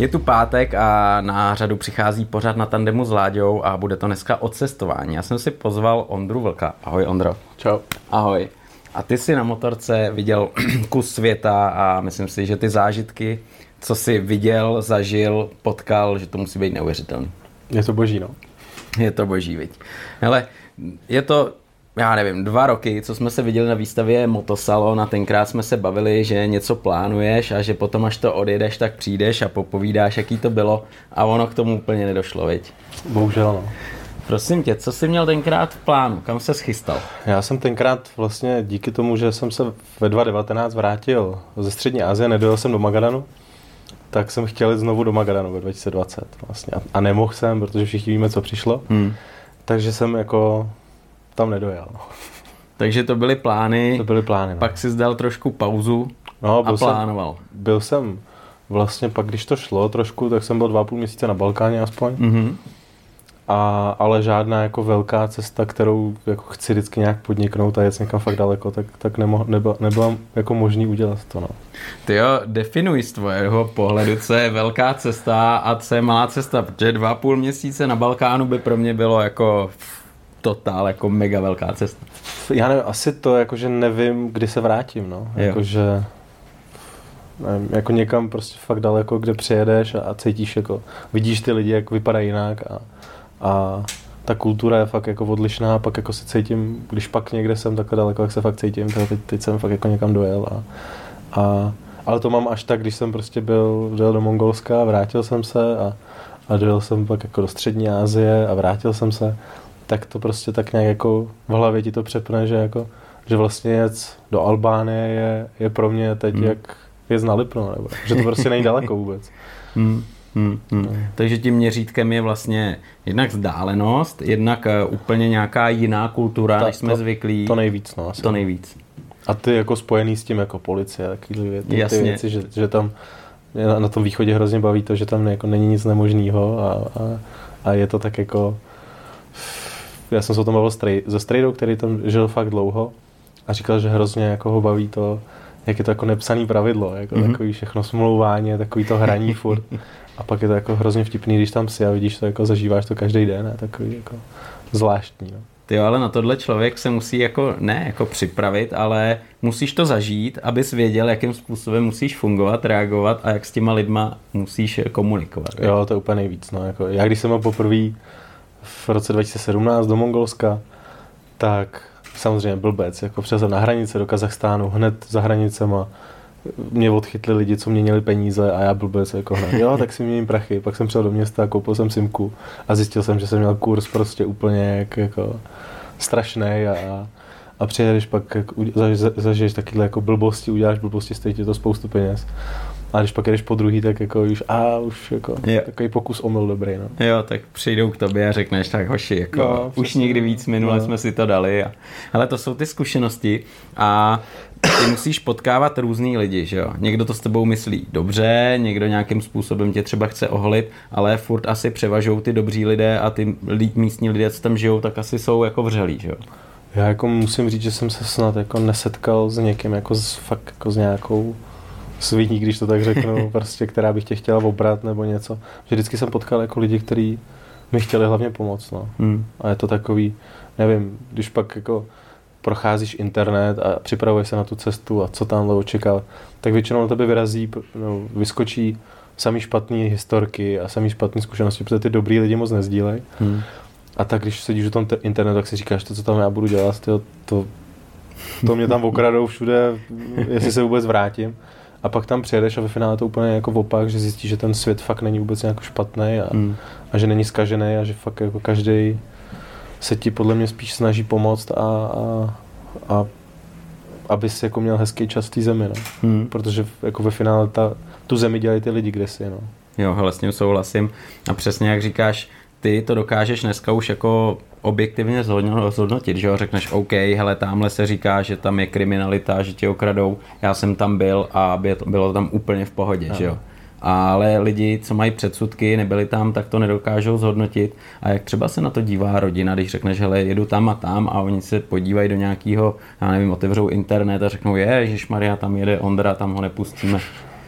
Je tu pátek a na řadu přichází pořad Na tandemu s Láďou a bude to dneska o cestování. Já jsem si pozval Ondru Vlka. Ahoj, Ondro. Čau. Ahoj. A ty jsi na motorce viděl kus světa a myslím si, že ty zážitky, co jsi viděl, zažil, potkal, že to musí být neuvěřitelný. Je to boží, no. Je to boží, viď. Hele, je to, já nevím, 2 roky, co jsme se viděli na výstavě Motosalon a tenkrát jsme se bavili, že něco plánuješ a že potom, až to odjedeš, tak přijdeš a popovídáš, jaký to bylo a ono k tomu úplně nedošlo, viď. Bohužel, no. Prosím tě, co jsi měl tenkrát v plánu? Kam se schystal? Já jsem tenkrát vlastně díky tomu, že jsem se ve 2019 vrátil ze Střední Asie, nedojel jsem do Magadanu, tak jsem chtěl jít znovu do Magadanu ve 2020 vlastně. A nemohl jsem, protože všichni víme, co přišlo. Takže jsem jako tam nedojel. No. Takže to byly plány. To byly plány, no. Pak si dal trošku pauzu a plánoval. Byl jsem vlastně pak, když to šlo trošku, tak jsem byl 2,5 měsíce na Balkáně aspoň. Ale žádná jako velká cesta, kterou jako chci vždycky nějak podniknout a jet někam fakt daleko, tak nebyla jako možný udělat to. No. Ty jo, definuj z tvého pohledu, co je velká cesta a co je malá cesta, protože 2,5 měsíce na Balkánu by pro mě bylo jako totál jako mega velká cesta. Já nevím, asi to, jakože nevím, kdy se vrátím, no. Jakože nevím, jako někam prostě fakt daleko, kde přijedeš a cítíš jako, vidíš ty lidi, jak vypadají jinak a ta kultura je fakt jako odlišná, pak jako se cítím, když pak někde jsem takhle daleko, jak se fakt cítím, teď jsem fakt jako někam dojel ale to mám až tak, když jsem prostě dojel do Mongolska, vrátil jsem se a dojel jsem pak jako do Střední Asie a vrátil jsem se, tak to prostě tak nějak jako v hlavě ti to přepne, že vlastně jet do Albánie je pro mě teď jak jet na Lipno, nebo že to prostě není daleko vůbec. Takže tím měřítkem je vlastně jednak vzdálenost, jednak úplně nějaká jiná kultura, než jsme zvyklí. To nejvíc, no. Asi. To nejvíc. A ty jako spojený s tím jako policie, takový ty věci, že tam na tom východě hrozně baví to, že tam jako není nic nemožného a je to tak jako... Já jsem se o tom bavil se Strejdou, který tam žil fakt dlouho a říkal, že hrozně jako ho baví to, jak je to jako nepsaný pravidlo, jako takový všechno smlouvání, takový to hraní furt. A pak je to jako hrozně vtipný, když tam si a vidíš to, jako zažíváš to každý den, a takový jako zvláštní. No. Ty jo, ale na tohle člověk se musí jako, ne jako připravit, ale musíš to zažít, abys věděl, jakým způsobem musíš fungovat, reagovat a jak s těma lidma musíš komunikovat. Jo, to je úplně nejvíc. No. Jako, já když jsem byl poprvé v roce 2017 do Mongolska, tak samozřejmě blbec, jako přes na hranice do Kazachstánu, hned za hranicema mě odchytli lidi, co mě měli peníze a já blbec jako hned. Jo, tak si měním prachy, pak jsem přijel do města, koupil jsem simku a zjistil jsem, že jsem měl kurz prostě úplně jako strašnej a přijedeš pak, zažiješ takovýhle jako blbosti, uděláš blbosti, stojí ti to spoustu peněz. A když pak jdeš po druhý, tak jako už jako takový pokus omyl dobrý, no. Jo, tak přijdou k tobě a řekneš, tak hoši, jako no, už někdy víc minule jsme si to dali. Ale to jsou ty zkušenosti a ty musíš potkávat různý lidi, že jo. Někdo to s tebou myslí dobře, někdo nějakým způsobem tě třeba chce oholit, ale furt asi převažou ty dobří lidé a ty místní lidé, co tam žijou, tak asi jsou jako vřelí, že jo. Já jako musím říct, že jsem se snad jako nesetkal s někým jako fakt jako s nějakou sviní, když to tak řeknu, prostě, která by tě chtěla obrat nebo něco. Že vždycky jsem potkal jako lidi, kteří mi chtěli hlavně pomoct, no. A je to takový, nevím, když pak jako procházíš internet a připravuješ se na tu cestu a co tamhle očekávat, tak většinou na tebe vyrazí, no, vyskočí samý špatný historky a samý špatný zkušenosti, protože ty dobrý lidi moc nezdílej. A tak když sedíš u tom internetu, tak si říkáš, to, co tam já budu dělat, to mě tam okradou všude, jestli se vůbec vrátím. A pak tam přijedeš a ve finále to úplně jako opak, že zjistíš, že ten svět fakt není vůbec nějak špatný a že není zkažený a že fakt jako každý se ti podle mě spíš snaží pomoct a abys jako měl hezký čas v té zemi, no. Protože jako ve finále tu zemi dělají ty lidi kdesi, no. Jo, hele, s tím souhlasím a přesně jak říkáš, ty to dokážeš dneska už jako objektivně zhodnotit, že jo, řekneš OK, hele, tamhle se říká, že tam je kriminalita, že tě okradou, já jsem tam byl a bylo to tam úplně v pohodě, že jo. Ale lidi, co mají předsudky, nebyli tam, tak to nedokážou zhodnotit. A jak třeba se na to dívá rodina, když řekneš, hele, jedu tam a oni se podívají do nějakého, já nevím, otevřou internet a řeknou, ježišmarja, tam jede Ondra, tam ho nepustíme.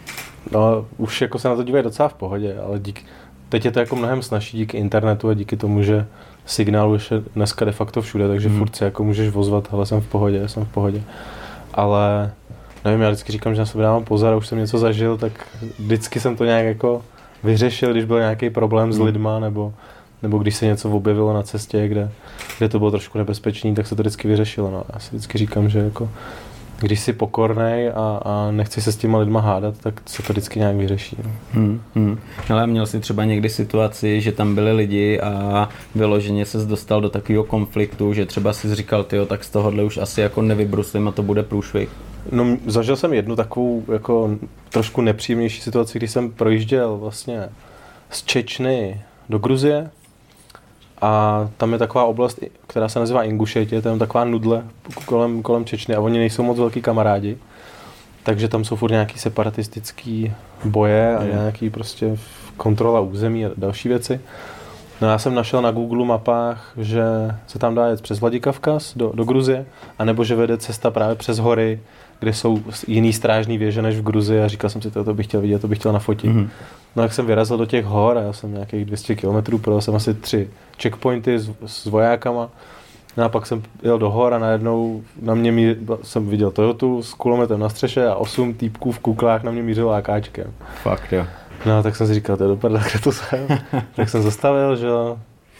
No, už jako se na to dívají docela v pohodě, ale teď je to jako mnohem snazší díky internetu a díky tomu, že signál už je dneska de facto všude, takže furt si jako můžeš vozvat, hele, jsem v pohodě. Ale nevím, já vždycky říkám, že na sebe dávám pozor a už jsem něco zažil, tak vždycky jsem to nějak jako vyřešil, když byl nějaký problém s lidma, nebo když se něco objevilo na cestě, kde to bylo trošku nebezpečný, tak se to vždycky vyřešilo. No. Já si vždycky říkám, že jako když jsi pokornej a nechci se s těma lidma hádat, tak se to vždycky nějak vyřeší. No. Ale měl jsi třeba někdy situaci, že tam byli lidi a vyloženě ses dostal do takového konfliktu, že třeba jsi říkal, tyjo, tak z tohohle už asi jako nevybruslím a to bude průšvih? No, zažil jsem jednu takovou jako trošku nepříjemnější situaci, když jsem projížděl vlastně z Čečny do Gruzie a tam je taková oblast, která se nazývá Ingušetě, to je taková nudle kolem Čečny a oni nejsou moc velký kamarádi, takže tam jsou furt nějaký separatistický boje a nějaký prostě kontrola území a další věci. No já jsem našel na Google mapách, že se tam dá jet přes Vladikavkaz do Gruzie, anebo že vede cesta právě přes hory, kde jsou jiný strážný věže než v Gruzii a říkal jsem si, to bych chtěl vidět, to bych chtěl nafotit. No jak jsem vyrazil do těch hor a já jsem nějakých 200 km, projel jsem asi 3 checkpointy s vojákama. No a pak jsem jel do hor a najednou na mě jsem viděl Toyotu s kulometem na střeše a 8 týpků v kuklách na mě mířilo AKčkem. Fakt jo. No tak jsem si říkal, to je dopadlo, kde to jsem. Tak jsem zastavil, že jo.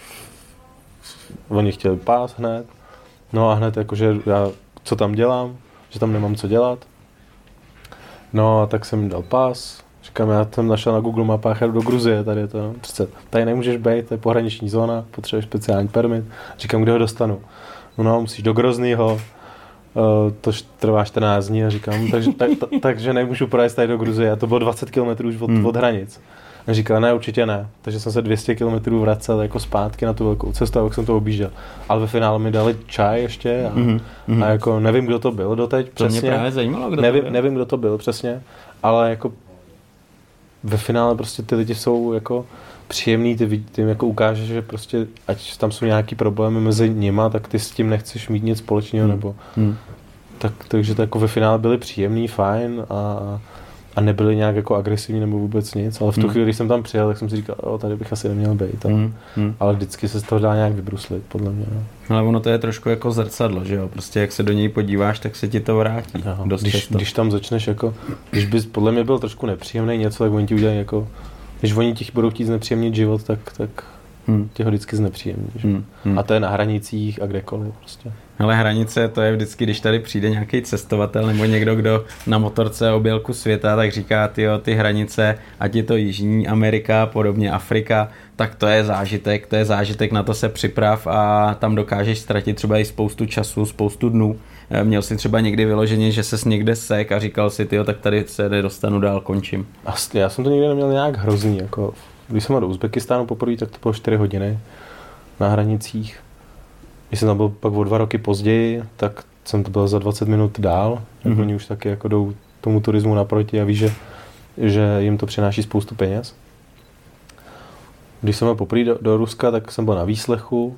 Oni chtěli pás hned. No a hned jakože já co tam dělám, že tam nemám co dělat. No a tak jsem jim dal pás. Říkám, já jsem našel na Google mapách, jdu do Gruzie, tady je to 30. Tady nemůžeš být, to je pohraniční zóna, potřebuješ speciální permit. Říkám, kde ho dostanu. No, musíš do Groznýho, to trvá 14 dní a říkám, takže nemůžu projet tady do Gruzie. A to bylo 20 km už od hranic. A říkal, ne, určitě ne. Takže jsem se 200 km vracel jako zpátky na tu velkou cestu a jak jsem to objížděl. Ale ve finále mi dali čaj ještě a jako nevím, kdo to byl doteď přesně. To mě právě zajímalo, kdo nevím, to byl. Nevím, kdo to byl přesně, ale jako ve finále prostě ty lidi jsou jako příjemný, ty jim jako ukážeš, že prostě ať tam jsou nějaký problémy mezi nima, tak ty s tím nechceš mít nic společného nebo takže to jako ve finále byli příjemný, fajn a nebyli nějak jako agresivní nebo vůbec nic, ale v tu chvíli, když jsem tam přijel, tak jsem si říkal, tady bych asi neměl být, ale vždycky se z toho dá nějak vybruslit, podle mě. No. Ale ono to je trošku jako zrcadlo, že jo, prostě jak se do něj podíváš, tak se ti to vrátí. Když tam začneš jako, když bys podle mě byl trošku nepříjemný něco, tak oni ti udělají jako, když oni ti budou chtít znepříjemnit život, tak tě ho vždycky znepříjemní. A to je na hranicích a kdekoliv prostě. Ale hranice, to je vždycky, když tady přijde nějaký cestovatel nebo někdo, kdo na motorce objel kus světa, tak říká, ty hranice, ať je to Jižní Amerika, podobně Afrika, tak to je zážitek, na to se připrav a tam dokážeš ztratit třeba i spoustu času, spoustu dnů. Měl jsi třeba někdy vyloženě, že ses někde sek a říkal si, tak tady se nedostanu dál, končím. Já jsem to nikdy neměl nějak hrozný, jako když jsem do Uzbekistánu poprvé, tak to bylo 4 hodiny na hranicích. Když jsem tam byl pak o 2 roky později, tak jsem to byl za 20 minut dál. Oni už taky jako jdou tomu turismu naproti a ví, že jim to přináší spoustu peněz. Když jsem byl poprvé do Ruska, tak jsem byl na výslechu.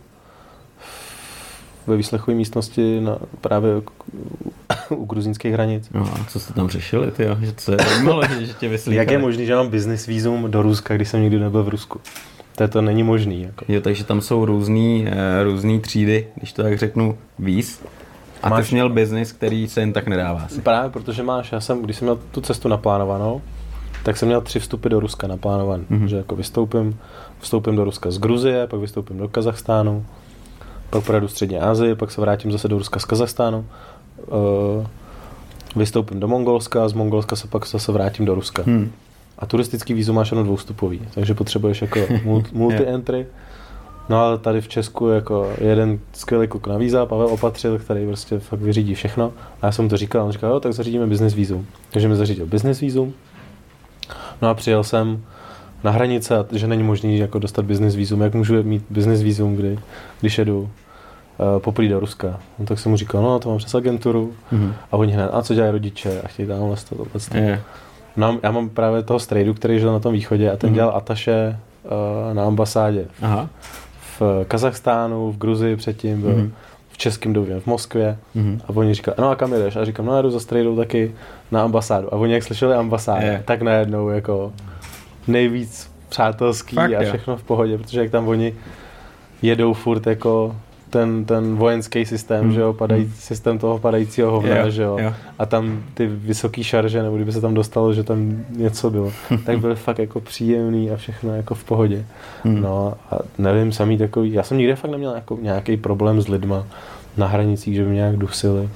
Ve výslechové místnosti právě u gruzínských hranic. No a co jste tam řešili, že to je zajímalo, že tě vyslíchali. Jak je možný, že mám business vízum do Ruska, když jsem nikdy nebyl v Rusku? To není možný. Jako. Jo, takže tam jsou různý třídy, když to tak řeknu, víz. A ty jsi měl biznis, který se jen tak nedává. Asi. Právě, protože když jsem měl tu cestu naplánovanou, tak jsem měl 3 vstupy do Ruska naplánované. Že jako vstoupím do Ruska z Gruzie, pak vystoupím do Kazachstánu, pak pojedu střední Asii, pak se vrátím zase do Ruska z Kazachstánu, vystoupím do Mongolska, z Mongolska se pak zase vrátím do Ruska. A turistický vízum máš jenom 2vstupový, takže potřebuješ jako multi-entry. No ale tady v Česku jako jeden skvělý kluk na víza, Pavel Opatřil, který prostě fakt vyřídí všechno. A já jsem mu to říkal, on říkal, jo, tak zařídíme business vízum. Takže mi zařídil business vízum. No a přijel jsem na hranice, a že není možný jako dostat business vízum. Jak můžu mít business vízum, když jedu poprvé do Ruska? No, tak jsem mu říkal, no to mám přes agenturu. A oni hned, a co dělají rodiče? A chtějí tamhle to. No, já mám právě toho strejdu, který žil na tom východě a ten dělal ataše na ambasádě. V Kazachstánu, v Gruzii předtím byl, v Českém Domě, v Moskvě a oni říkali, no a kam jdeš? A říkám, no jdu za strejdou taky na ambasádu. A oni jak slyšeli ambasádu, tak najednou jako nejvíc přátelský a všechno v pohodě, protože jak tam oni jedou furt jako ten vojenský systém, že jo, systém toho padajícího hovna, že jo, a tam ty vysoký šarže, nebo kdyby se tam dostalo, že tam něco bylo, tak byly fakt jako příjemný a všechno jako v pohodě. No a nevím, samý takový, já jsem nikdy fakt neměl jako nějaký problém s lidma na hranicích, že by mě nějak dusili.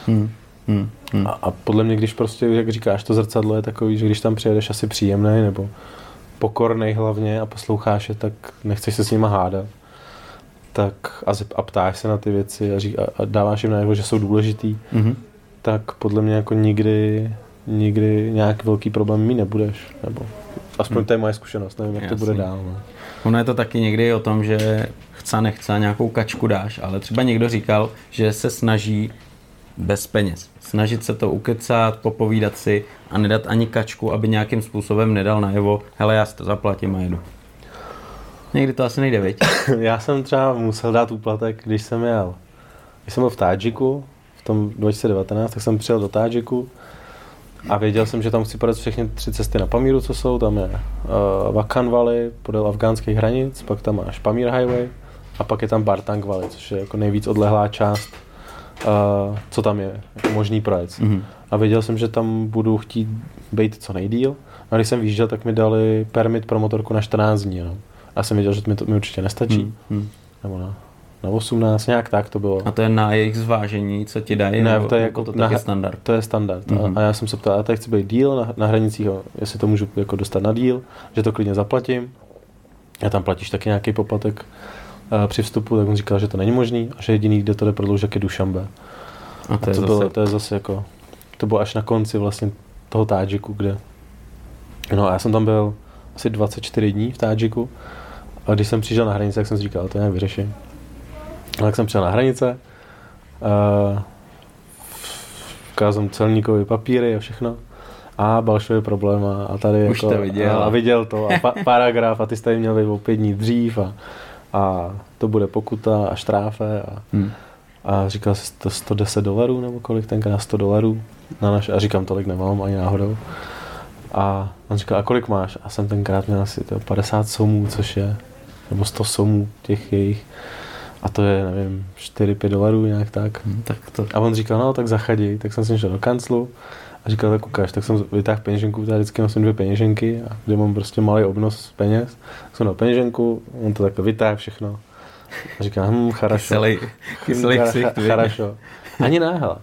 A podle mě, když prostě, jak říkáš, to zrcadlo je takový, že když tam přijedeš asi příjemnej, nebo pokornej hlavně a posloucháš je, tak nechceš se s nima hádat. Tak a ptáš se na ty věci a dáváš jim najevo, že jsou důležitý, tak podle mě jako nikdy nějaký velký problém mít nebudeš. Nebo aspoň to je moje zkušenost, nevím, jak to bude dál. No. Ono je to taky někdy o tom, že nechce nějakou kačku dáš, ale třeba někdo říkal, že se snaží bez peněz. Snažit se to ukecat, popovídat si a nedat ani kačku, aby nějakým způsobem nedal najevo, hele, já si to zaplatím a jedu. Někdy to asi nejde, viď? Já jsem třeba musel dát úplatek, když jsem byl v Tádžiku, v tom 2019, tak jsem přijel do Tádžiku a věděl jsem, že tam chci podat všechny 3 cesty na Pamíru, co jsou, tam je Wakhan Valley, podél afgánských hranic, pak tam máš Pamír Highway a pak je tam Bartang Valley, což je jako nejvíc odlehlá část, co tam je, jako možný projet. A věděl jsem, že tam budu chtít být co nejdýl, a když jsem vyjížděl, tak mi dali permit pro motorku na 14 dní, no. A jsem věděl, že mi určitě nestačí. Nebo na 18, nějak tak to bylo. A to je na jejich zvážení, co ti dají? Ne, to je jako to je standard. To je standard. A já jsem se ptal, a tady chci být díl na hranicích, jestli to můžu jako dostat na díl, že to klidně zaplatím. A tam platíš taky nějaký poplatek při vstupu, tak on říkal, že to není možný a že jediný, kde to jde prodloužit, jak je Dušanbe. A to je zase jako, to bylo až na konci vlastně toho Tádžiku, kde, no a já jsem tam byl asi 24 dní v Tádžiku. A když jsem přišel na hranice, tak jsem si říkal, to nějak vyřeším. A tak jsem přišel na hranice, ukázal jsem celníkovi papíry a všechno. A Balšový problém a tady už jako, to viděl. A viděl to a paragraf a ty jsi tady měl být o 5 dní dřív a to bude pokuta a štráfe a říkal jsi to $110 nebo kolik tenkrát, $100 na naše, a říkám, tolik nemám ani náhodou. A on říkal, a kolik máš? A jsem tenkrát měl asi 50 somů, což je, nebo 100 somů těch jejich. A to je, nevím, $4-5 nějak tak. Tak to... A on říkal, no tak zachadí. Tak jsem si šel do kanclu a říkal, tak ukáž. Tak jsem vytáhl peněženku, tady vždycky nosím 2 peněženky, a kde mám prostě malý obnos peněz. Tak jsem dal peněženku, on to takhle vytáhl všechno. A říká, charašo. Kyselý ksicht, charašo. Ani ne, hele.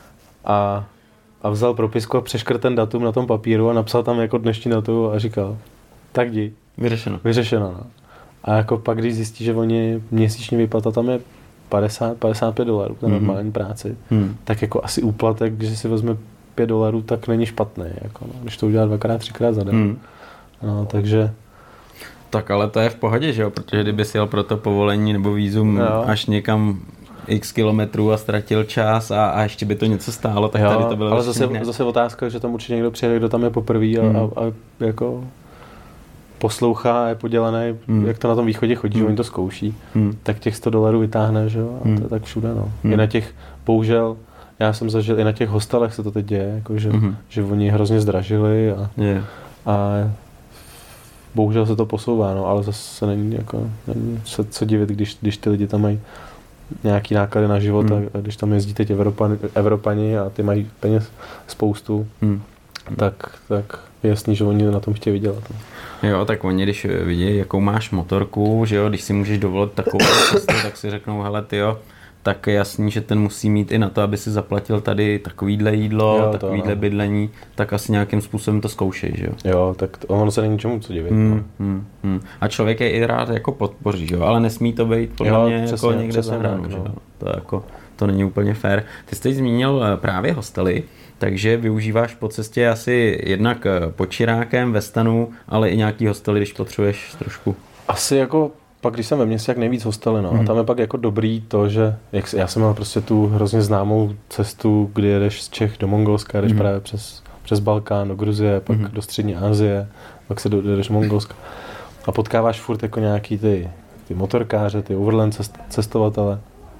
A vzal propisku a přeškrt ten datum na tom papíru a napsal tam jako dnešní datum a říkal, tak jdi. Vyřešeno, no. A jako pak, když zjistí, že oni měsíční výplata tam je $55 na normální práci, tak jako asi úplatek, když si vezme $5, tak není špatný, jako no, když to udělá 2x, 3x za den. No, takže... Tak ale to je v pohodě, že jo, protože kdyby si jel pro to povolení nebo vízum až někam x kilometrů a ztratil čas a ještě by to něco stálo, tak tady to bylo... Ale zase otázka, že tam určitě někdo přijede, kdo tam je poprvé a jako poslouchá a je podělaný, jak to na tom východě chodí, že oni to zkouší, tak těch $100 vytáhne, že jo, a to je tak všude, no. I na těch, bohužel, já jsem zažil, i na těch hostelech se to teď děje, jako že oni hrozně zdražili a bohužel se to posouvá, no, ale zase není se co divit, když ty lidi tam mají nějaký náklady na život a když tam jezdí teď Evropani a ty mají peněz spoustu, tak je jasný, že oni na tom chtějí vydělat. Jo, tak oni, když vidí, jakou máš motorku, že jo, když si můžeš dovolit takovou cestu, tak si řeknou, hele tyjo, tak je jasný, že ten musí mít i na to, aby si zaplatil tady takovýhle jídlo, takovýhle bydlení, tak asi nějakým způsobem to zkoušej, že jo? Jo, tak ono se není čemu co divit. A člověk je i rád jako podpoří, že jo, ale nesmí to být podle mě přesně, jako někde za hranu, že jo? To není úplně fair. Ty jsi teď zmínil právě hostely, takže využíváš po cestě asi jednak počírákem, ve stanu, ale i nějaký hostely, když potřebuješ trošku. Asi jako pak, když jsem ve městě, jak nejvíc hostely, no. A tam je pak jako dobrý to, že já jsem měl prostě tu hrozně známou cestu, kdy jedeš z Čech do Mongolska, jdeš právě přes Balkán do Gruzie, pak do Střední Asie, pak se jdeš do Mongolska. A potkáváš furt jako nějaký ty motorkáře, ty overland cestovatele.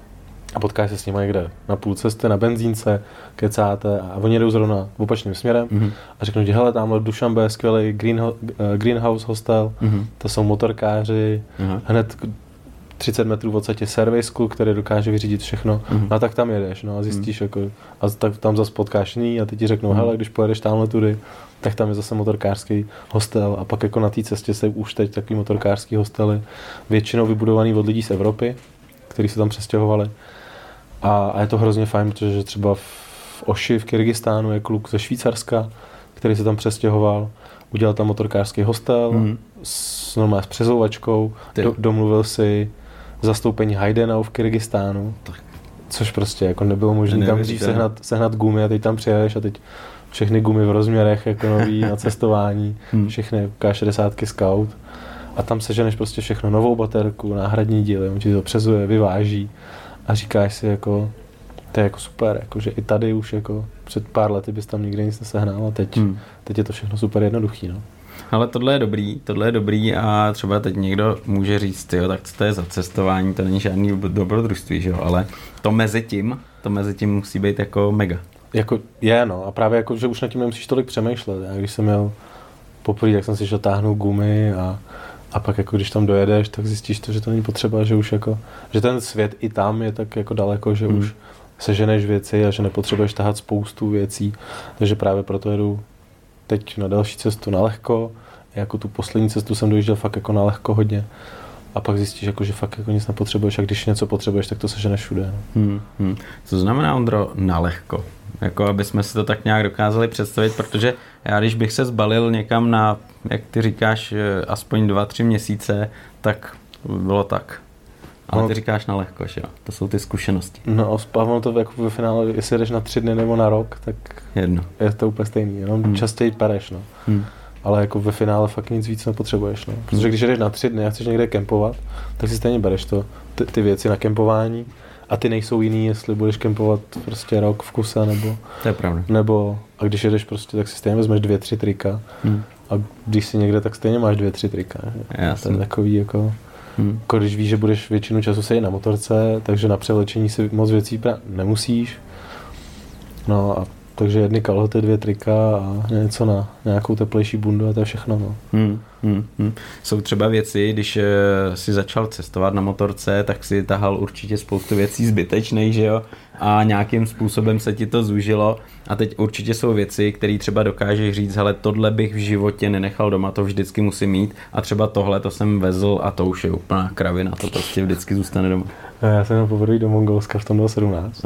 a potkáš se s nimi někde na půl cesty, na benzínce, kecáte a oni jdou zrovna opačným směrem a řeknou ti, hele, tamhle v Dušanbe je skvělý Greenhouse hostel, to jsou motorkáři, hned 30 metrů od je service kluk, který dokáže vyřídit všechno, a tak tam jedeš, no a zjistíš, jako, a tak tam zase potkáš jiný a ty ti řeknou, hele, když pojedeš tamhle tudy, tak tam je zase motorkářský hostel a pak jako na té cestě se už teď takový motorkářský hostely, většinou vybudovaný od lidí z Evropy, kteří se tam přestěhovali. A je to hrozně fajn, protože třeba v Oši v Kyrgyzstánu je kluk ze Švýcarska, který se tam přestěhoval, udělal tam motorkářský hostel normálně s přezouvačkou, domluvil si zastoupení Haydenau v Kyrgyzstánu, což prostě jako nebylo možné tam dřív sehnat gumy a teď tam přijedeš a teď všechny gumy v rozměrech jako nový na cestování, všechny K60 Scout a tam seženeš prostě všechno, novou baterku, náhradní díly, on ti to přezuje, vyváží a říkáš si jako, to je jako super, jako, že i tady už jako před pár lety bys tam nikdy nic nesehnal a teď je to všechno super jednoduchý, no. Ale tohle je dobrý a třeba teď někdo může říct, jo, tak co to je za cestování, to není žádný dobrodružství, že jo, ale to mezi tím musí být jako mega. Jako je, no, a právě jako, že už nad tím nemusíš tolik přemýšlet. Já když jsem jel poprvé, tak jsem si šel táhnout gumy a pak jako když tam dojedeš, tak zjistíš to, že to není potřeba, že už jako, že ten svět i tam je tak jako daleko, že už seženeš věci a že nepotřebuješ tahat spoustu věcí, takže právě proto jedu teď na další cestu na lehko, jako tu poslední cestu jsem dojížděl fakt jako na lehko hodně a pak zjistíš, jako, že fakt jako nic nepotřebuješ a když něco potřebuješ, tak to seženeš všude. No. Co znamená, Ondro, na lehko? Jako aby jsme si to tak nějak dokázali představit, protože já když bych se zbalil někam na, jak ty říkáš, aspoň 2-3 měsíce, tak bylo tak. Ale ty říkáš na lehko, že jo? To jsou ty zkušenosti. No, spávám to jako ve finále, jestli jdeš na 3 dny nebo na rok, tak jedno. Je to úplně stejný, jenom častěji pereš, no. Ale jako ve finále fakt nic víc nepotřebuješ, no. Protože když jdeš na 3 dny a chceš někde kempovat, tak si stejně bereš ty věci na kempování a ty nejsou jiný, jestli budeš kempovat prostě rok v kuse, nebo... To je pravda. Nebo, a když jedeš prostě, tak si stejně vezmeš 2-3 trika a když si někde, tak stejně máš 2-3 trika. To je takový jako... Jako když víš, že budeš většinu času sedět na motorce, takže na převlečení si moc věcí nemusíš. No a takže jedny kalhoty, 2 trika a něco na nějakou teplejší bundu a to je všechno. No. Jsou třeba věci, když si začal cestovat na motorce, tak si tahal určitě spoustu věcí zbytečných, že jo? A nějakým způsobem se ti to zúžilo a teď určitě jsou věci, které třeba dokážeš říct, hele, tohle bych v životě nenechal doma, to vždycky musím mít a třeba tohle to jsem vezl a to už je úplná kravina, to prostě vždycky zůstane doma. Já jsem měl poprvé do Mongolska v tom 2017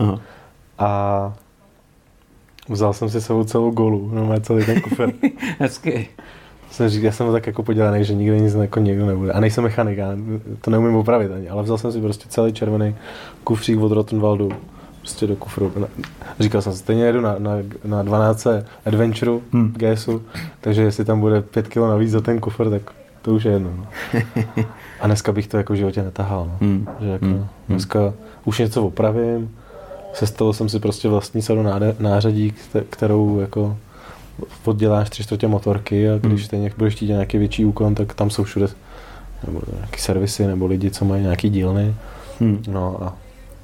a vzal jsem si sebou celou golu, no celý ten kufr. Hezky. Já jsem tak jako podělaný, že nikdy nic jako někdo nebude. A nejsem mechanik, já to neumím opravit ani, ale vzal jsem si prostě celý červený kufřík od Rottenwaldu prostě do kufru. Říkal jsem si, stejně jedu na 12 Adventure GSu, takže jestli tam bude 5 kg navíc za ten kufr, tak to už je jedno. No. A dneska bych to jako v životě netahal. No. Že jako dneska už něco opravím, sestavil jsem si prostě vlastní sadu nářadí, kterou jako odděláš 3/4 motorky a když stejně budeš chtít nějaký větší úkon, tak tam jsou všude nebo nějaký servisy nebo lidi, co mají nějaký dílny. No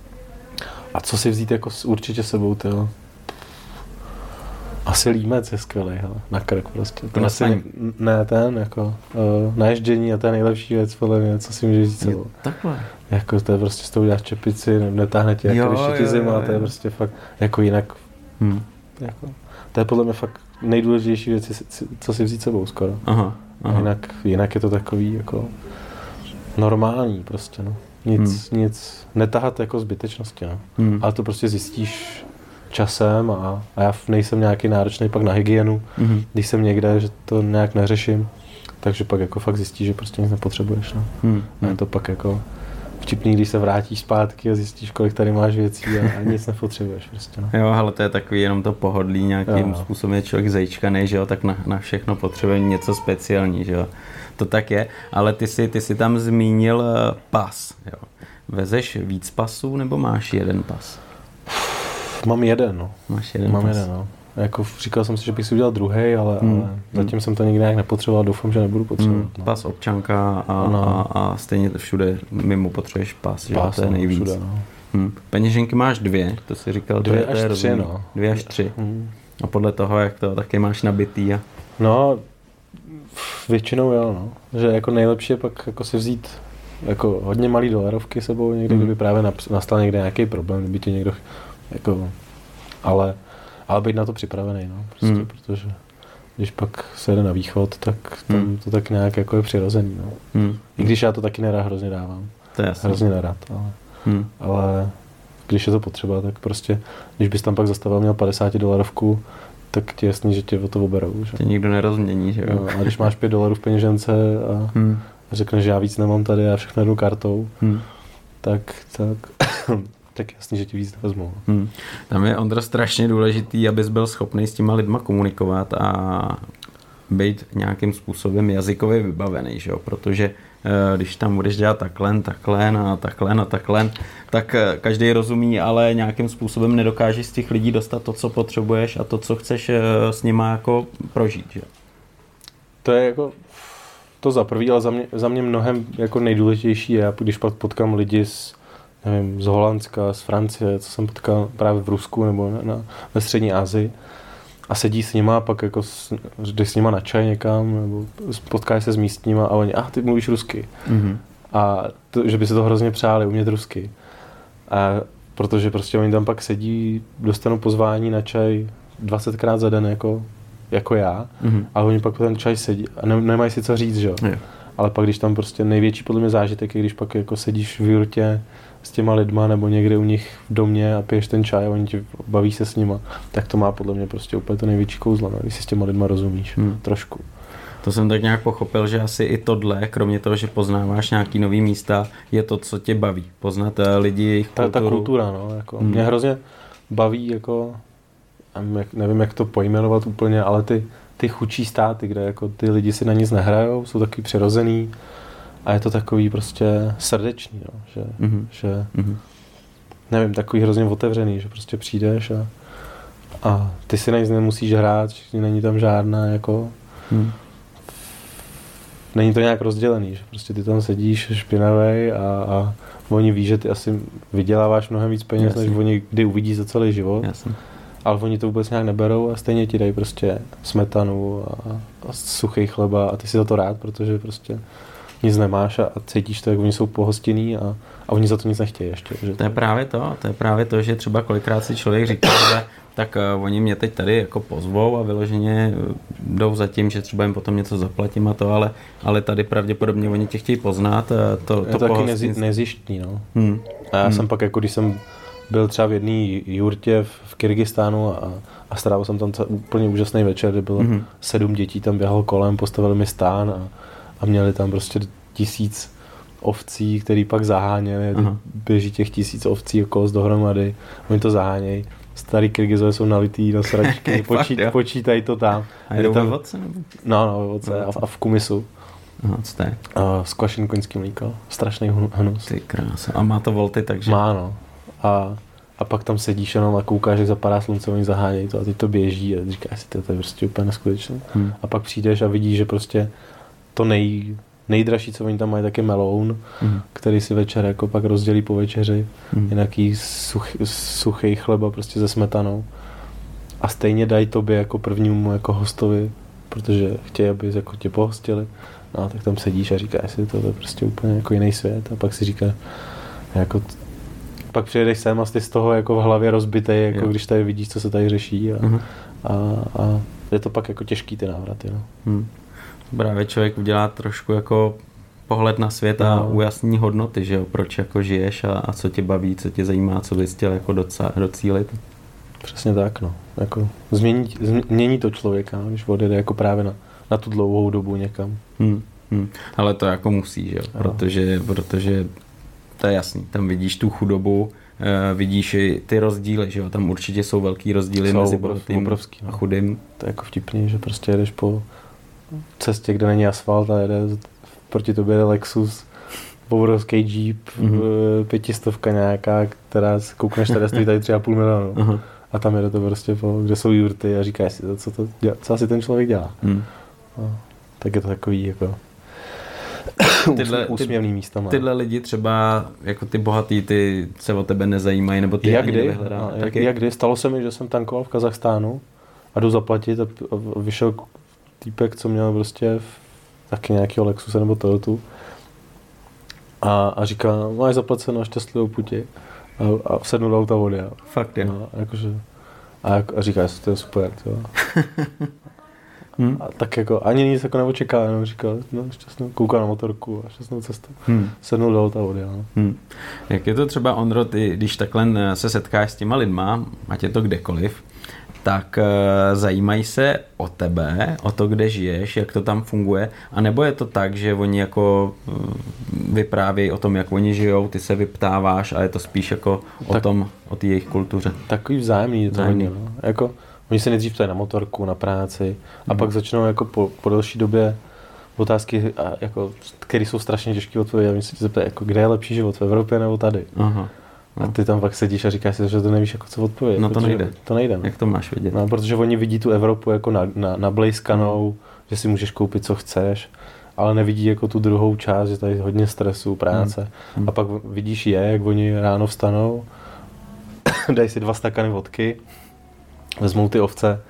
a co si vzít jako určitě sebou, tyjo? Asi límec je skvělý, hele, na krk prostě. To asi ne ten, jako naježdění a to je nejlepší věc, podle mě, co si můžeš vzít sebou. Takhle. Jako to je prostě s tou uděláš čepici, netáhne tě, jako když je ti zima, to je prostě fakt, jako jinak, jako, to je podle mě fakt nejdůležitější věc, co si vzít sebou skoro. Aha. Jinak je to takový, jako, normální prostě, no. Nic, netahat jako zbytečnosti, no. Ale to prostě zjistíš časem a já nejsem nějaký náročný pak na hygienu, když jsem někde, že to nějak neřeším, takže pak jako fakt zjistíš, že prostě nic nepotřebuješ, no. A je to pak jako vtipný, když se vrátíš zpátky a zjistíš, kolik tady máš věcí a nic nepotřebuješ prostě, no. Jo, ale to je takový jenom to pohodlí, nějakým způsobem je člověk zajíčkanej, že jo, tak na všechno potřebuje něco speciální, že jo. To tak je, ale ty jsi tam zmínil pas, jo. Vezeš víc pasů nebo máš jeden pas? Mám jeden, no. Máš jeden pas. Jeden, no. Jako říkal jsem si, že bych si udělal druhej, ale zatím jsem to nikdy nějak nepotřeboval, doufám, že nebudu potřebovat. No. Pas občanka a stejně všude mimo potřebuješ pas, že to je nejvíc. Všude, no. Peněženky máš 2, to si říkal. 2 až 3, no. 2 až 3. A podle toho, jak to taky máš nabitý. No, většinou jo, no. Že jako nejlepší je pak jako si vzít jako hodně malý dolarovky sebou někde, kdyby právě nastal někde nějaký problém, kdyby tě někdo jako, ale být na to připravený, no, prostě, protože když pak se jde na východ, tak tam to tak nějak jako je přirozený, no. I když já to taky nerad hrozně dávám. To je jasný. Hrozně nerad, ale když je to potřeba, tak prostě, když bys tam pak zastavil měl $50, tak ti jasný, že tě o to oberou. Že? Tě nikdo nerozmění, že jo? No, a když máš $5 v peněžence a řekneš, že já víc nemám tady a všechno jdu kartou, tak jasný, že ti víc nevezmou. Tam je, Ondro, strašně důležitý, abys byl schopný s těma lidma komunikovat a být nějakým způsobem jazykově vybavený, že jo? Protože když tam budeš dělat takhle, tak každý rozumí, ale nějakým způsobem nedokážeš z těch lidí dostat to, co potřebuješ a to, co chceš s nima jako prožít, že? To je jako to za prvý, ale za mě mnohem jako nejdůležitější je, když pak potkám lidi z Holandska, z Francie, co jsem potkal právě v Rusku nebo ve střední Asii, a sedí s nima a pak jako jdeš s nima na čaj někam nebo potkáš se s místníma a oni, ty mluvíš rusky. A to, že by se to hrozně přáli umět rusky. A protože prostě oni tam pak sedí, dostanou pozvání na čaj 20krát za den jako já, ale oni pak po ten čaj sedí a nemají si co říct, že jo. Ale pak když tam prostě největší podle mě zážitek je, když pak jako sedíš v jurtě s těma lidma nebo někde u nich v domě a piješ ten čaj a oni ti baví se s nima, tak to má podle mě prostě úplně to největší kouzlo, když si s těma lidma rozumíš trošku. To jsem tak nějak pochopil, že asi i tohle, kromě toho, že poznáváš nějaký nový místa, je to, co tě baví. Poznat lidi, jejich kulturu. Ta kultura, no. Jako, mě hrozně baví, jako, nevím, jak to pojmenovat úplně, ale ty chudší státy, kde jako ty lidi si na nic nehrajou, jsou taky přirozený a je to takový prostě srdečný, no, že nevím, takový hrozně otevřený, že prostě přijdeš a ty si na nic nemusíš hrát, není tam žádná jako není to nějak rozdělený, že prostě ty tam sedíš špinavej a oni ví, že ty asi vyděláváš mnohem víc peněz, než oni kdy uvidí za celý život. Jasně. Ale oni to vůbec nějak neberou a stejně ti dají prostě smetanu a suchý chleba a ty si za to rád, protože prostě nic nemáš a cítíš to, jak oni jsou pohostinní a oni za to nic nechtějí ještě. Že to je právě to, že třeba kolikrát si člověk říká, že tak oni mě teď tady jako pozvou a vyloženě jdou za tím, že třeba jim potom něco zaplatím a to, ale tady pravděpodobně oni tě chtějí poznat. To taky nezjištní, no. A já jsem pak, jako když jsem byl třeba v jedné jurtě v Kyrgyzstánu a strávil jsem tam úplně úžasný večer, kde bylo 7 dětí, tam běhalo kolem, postavili mi stán a měli tam prostě 1000 ovcí, který pak zaháněli, běží těch 1000 ovcí okolo dohromady, oni to zahánějí. Starý Kyrgyzové jsou nalitý na sračky, počítají to tam. A jdou ve vodce? No, ve vodce a v kumisu. Aha, co to je? S kvašeným koňským mlíko. Strašný hnus. Ty krása. A má to volty, takže? Má, no. A pak tam sedíš jenom a koukáš, jak zapadá slunce, oni zahánějí to a teď to běží a říkáš si, to je prostě úplně neskutečné. A pak přijdeš a vidíš, že prostě to nejdražší, co oni tam mají, tak je meloun, který si večer jako pak rozdělí po večeři, nějaký suchý chleba prostě se smetanou a stejně dají tobě jako prvnímu jako hostovi, protože chtějí, aby jako tě pohostili. No, tak tam sedíš a říkáš si, to je prostě úplně jako jiný svět a pak si říkáš, jako pak přijedeš sem a jsi z toho jako v hlavě rozbitej, jako když tady vidíš, co se tady řeší a je to pak jako těžký ty návraty, no. Právě člověk udělá trošku jako pohled na svět a ujasní hodnoty, že jo, proč jako žiješ a co tě baví, co tě zajímá, co bys chtěl jako docílit. Přesně tak, no. Jako změní to člověka, když odjede jako právě na tu dlouhou dobu někam. Ale to jako musí, že jo, protože to je jasný, tam vidíš tu chudobu, vidíš i ty rozdíly, že jo, tam určitě jsou velký rozdíly mezi bohatým a chudým. To je jako vtipný, že prostě jedeš po cestě, kde není asfalt a jede proti tobě jede Lexus, obrovský Jeep, 500 nějaká, která koukneš, tady stojí tady 3,5 milionu. A tam jede to prostě kde jsou jurty a říkáš si, co asi ten člověk dělá. Tak je to takový jako úsměvný místa má. Tyhle lidi třeba, jako ty bohatý, ty se o tebe nezajímají, nebo ty ani nevyhledá. Jak kdy? Stalo se mi, že jsem tankoval v Kazachstánu a jdu zaplatit a vyšel týpek, co měl prostě taky nějakého Lexuse nebo Toyotu a říká, máš zaplaceno, šťastlivou puti a vsednu do auta vody. Fakt, jo. No, jakože, a říká, že to je super, jo. A tak jako ani nic jako neočeká, jenom říkal, no šťastnou, kouká na motorku a šťastnou cestu. Sednul do auta vody, no. Jak je to třeba, Ondro, ty, když takhle se setkáš s těma lidma, ať je to kdekoliv, tak zajímají se o tebe, o to, kde žiješ, jak to tam funguje, anebo je to tak, že oni jako vyprávějí o tom, jak oni žijou, ty se vyptáváš a je to spíš jako o té jejich kultuře. Takový vzájemný je to hodně, no. Jako, oni se nejdřív ptají na motorku, na práci a pak začnou jako po delší době otázky, jako, které jsou strašně těžké odpovědi. Oni se ti zeptají, jako, kde je lepší život, v Evropě nebo tady. Aha. A ty tam pak sedíš a říkáš si, že to nevíš, jako co odpovědět. No to nejde. To nejde. No. Jak to máš vidět? No, protože oni vidí tu Evropu jako nablejskanou, že si můžeš koupit, co chceš, ale nevidí jako tu druhou část, že tady je hodně stresu, práce. A pak vidíš jak oni ráno vstanou, dají si 2 stakany vodky, vezmou ty ovce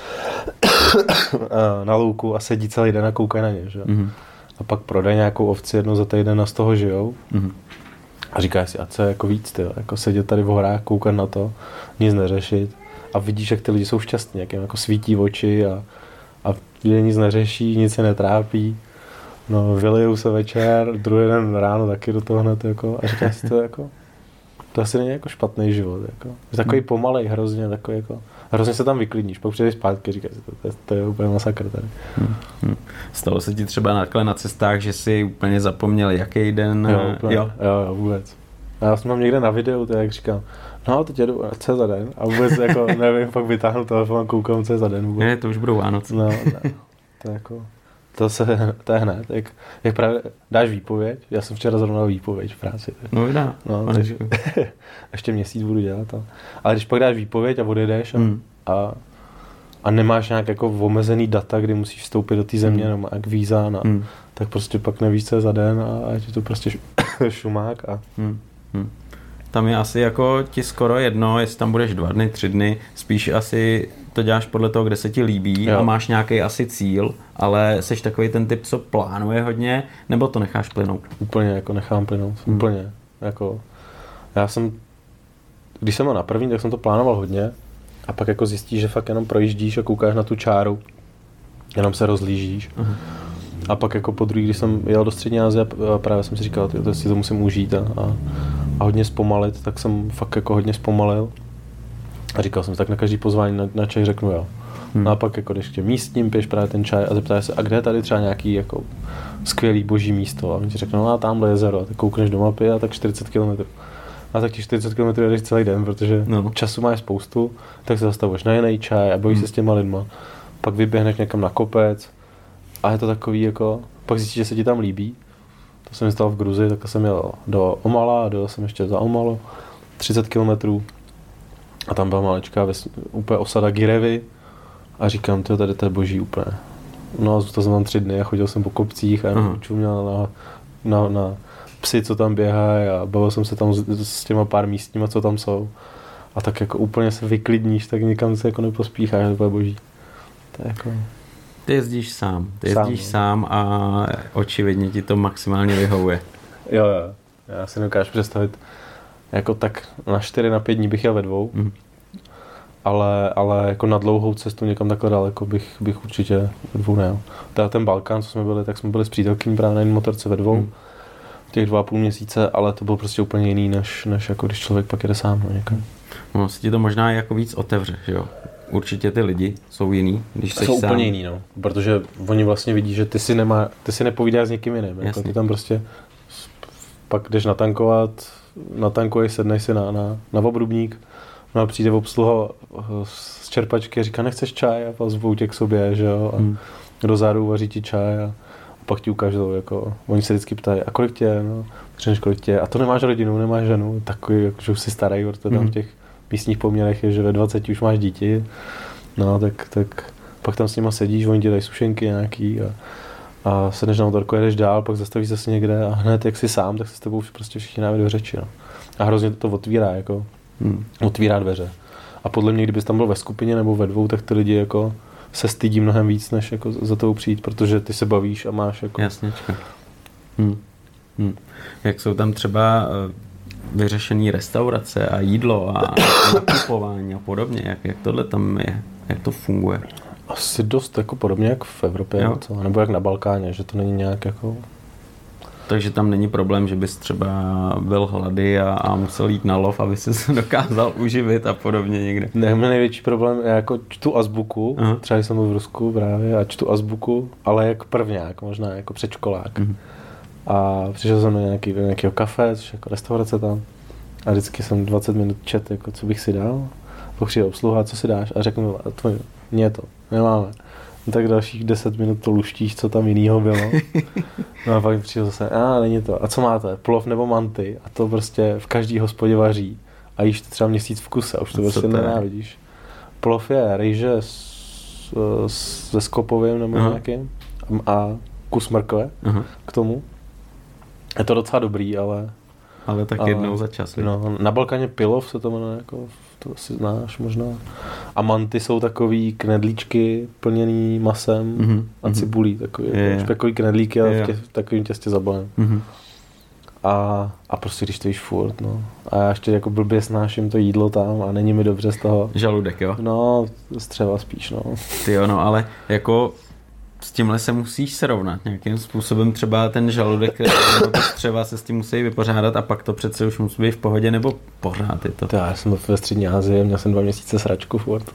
na louku a sedí celý den a koukají na ně. Že? A pak prodají nějakou ovci jednou za týden a z toho žijou. A říkáš si, a co je jako víc, tyjo? Jako sedět tady v horách, koukat na to, nic neřešit a vidíš, jak ty lidi jsou šťastní, jak jim jako svítí oči a nic neřeší, nic se netrápí. No, vylejou se večer, druhý den ráno taky do toho hned, jako, a říkáš si to jako, to asi není jako špatný život, jako. Takový pomalej, hrozně, takový jako, hrozně se tam vyklidníš, pak přijdeš zpátky, říkáš si, to je úplně masakr tady. Stalo se ti třeba na cestách, že jsi úplně zapomněl, jaký den? Jo, úplně, jo, vůbec. Já jsem mám někde na videu, to jak říkám, no teď jedu, co je za den? A vůbec jako nevím, pak vytáhnu telefon a koukám, co je za den vůbec. Ne, to už budou Vánoce. No, to je jako, to je hned, jak právě dáš výpověď, já jsem včera zrovna dal výpověď v práci. No vydá. No, takže ještě měsíc budu dělat. Ale když pak dáš výpověď a odjedeš a nemáš nějak jako omezený data, kdy musíš vstoupit do té země, nebo jak víza, tak prostě pak nevíš, co je za den a je to prostě šumák. Tam je asi jako ti skoro jedno, jestli tam budeš 2 dny, 3 dny, spíš asi to děláš podle toho, kde se ti líbí a máš nějaký asi cíl, ale seš takový ten typ, co plánuje hodně, nebo to necháš plynout? Úplně jako nechám plynout, úplně. Jako, když jsem byl na první, tak jsem to plánoval hodně a pak jako zjistíš, že fakt jenom projíždíš a koukáš na tu čáru, jenom se rozlížíš. A pak jako po druhý, když jsem jel do Střední Asie, právě jsem si říkal, že si to musím užít a hodně zpomalit, tak jsem fakt jako hodně zpomalil. A říkal jsem si, tak na každý pozvání na čaj řeknu jo. No a pak jako když tě místním, piješ právě ten čaj a zeptáš se, a kde je tady třeba nějaký jako skvělý boží místo? A oni ti řeknou, no a tamhle jezero. A tak koukneš do mapy a tak 40 km. A tak ti 40 km jedeš celý den, protože času máš spoustu, tak se zastavuješ na jiný čaj a bavíš se s těma lidma. Pak vyběhneš někam na kopec a je to takový jako, pak zjistíš, že se ti tam líbí. To jsem stál v Gruzii, tak jsem jel do Omala a dojel jsem ještě za Omalo, 30 km. A tam byla maličká úplně osada Girevy a říkám, tady to je boží úplně. No a zůstal jsem tam 3 dny a chodil jsem po kopcích a čuměl na psy, co tam běhají a bavil jsem se tam s těma pár místníma, co tam jsou. A tak jako úplně se vyklidníš, tak nikam se jako nepospícháš, to je boží. To je jako... Ty jezdíš sám a očividně ti to maximálně vyhovuje. Jo. Já si nedokážu představit, jako tak na 4, na 5 dní bych jel ve 2, ale jako na dlouhou cestu někam takhle daleko bych určitě ve 2 nejel. Teda ten Balkán, co jsme byli, tak jsme byli s přítelkyní právě na jedné motorce ve 2, těch 2,5 měsíce, ale to bylo prostě úplně jiný, než jako když člověk pak jede sám někam. No, si ti to možná jako víc otevře, že jo? Určitě ty lidi jsou jiný, když seš jsou sám. Úplně jiný, no. Protože oni vlastně vidí, že ty si nepovídáš s někým jiným. Jako ty tam prostě pak jdeš natankuješ, sedneš si na obrubník, no a přijde obsluha z čerpačky a říká, nechceš čaj? A pak zvou tě k sobě, že jo? A do zádu vaří ti čaj a pak ti ukážou, jako, oni se vždycky ptají, a kolik tě, no, řekneš, kolik tě, a to nemáš rodinu, nemáš ženu, takový, jako, že už jsi starý, protože tam v těch místních poměrech je, že ve 20 už máš dítě, no, tak pak tam s nima sedíš, oni ti dají sušenky nějaký a sedneš na motorku, jedeš dál, pak zastavíš se někde a hned jak jsi sám, tak se s tebou prostě všichni dávají do řeči. No. A hrozně to otvírá, jako, otvírá dveře. A podle mě, kdybys tam byl ve skupině nebo ve dvou, tak ty lidi jako se stydí mnohem víc, než jako za tou přijít, protože ty se bavíš a máš jako... Jasněčka. Jak jsou tam třeba vyřešený restaurace a jídlo a nakupování a podobně, jak tohle tam je, jak to funguje? Asi dost jako podobně jak v Evropě, nebo jak na Balkáně, že to není nějak jako... Takže tam není problém, že bys třeba byl hlady a musel jít na lov, aby se dokázal uživit a podobně někde. Ne, největší problém, já jako čtu azbuku, třeba jsem byl v Rusku právě a čtu azbuku, ale jak prvňák, možná jako předškolák. A přišel jsem do nějakého kafe, což jako restaurace tam a vždycky jsem 20 minut čet, jako co bych si dal, pak přijde obsluha, co si dáš a řeknu, mě to, nemáme. No tak dalších 10 minut to luštíš, co tam jinýho bylo. No a pak přijde zase, není to. A co máte? Plov nebo manty? A to prostě v každý hospodě vaří. A jíš to třeba měsíc v kuse a už to prostě nenávidíš. Plov je rejže se skopovým nebo nějakým a kus mrkve k tomu. Je to docela dobrý, ale tak jednou za čas. No, na Balkáně pilov se to jmenuje, jako, to asi znáš možná. A manty jsou takový knedlíčky plněný masem a cibulí, takový špekový knedlíky, ale v takovým těstě zabalený. A prostě když to jíš furt, no. A já ještě jako blbě snáším to jídlo tam a není mi dobře z toho. Žaludek, jo? No, střeva spíš, no. Tyjo, no, ale jako s tímhle se musíš srovnat nějakým způsobem, třeba ten žaludek nebo to střeva se s tím musí vypořádat a pak to přece už musí být v pohodě nebo pořád je to. Já jsem ve střední Asii, měl jsem 2 měsíce sračku furt.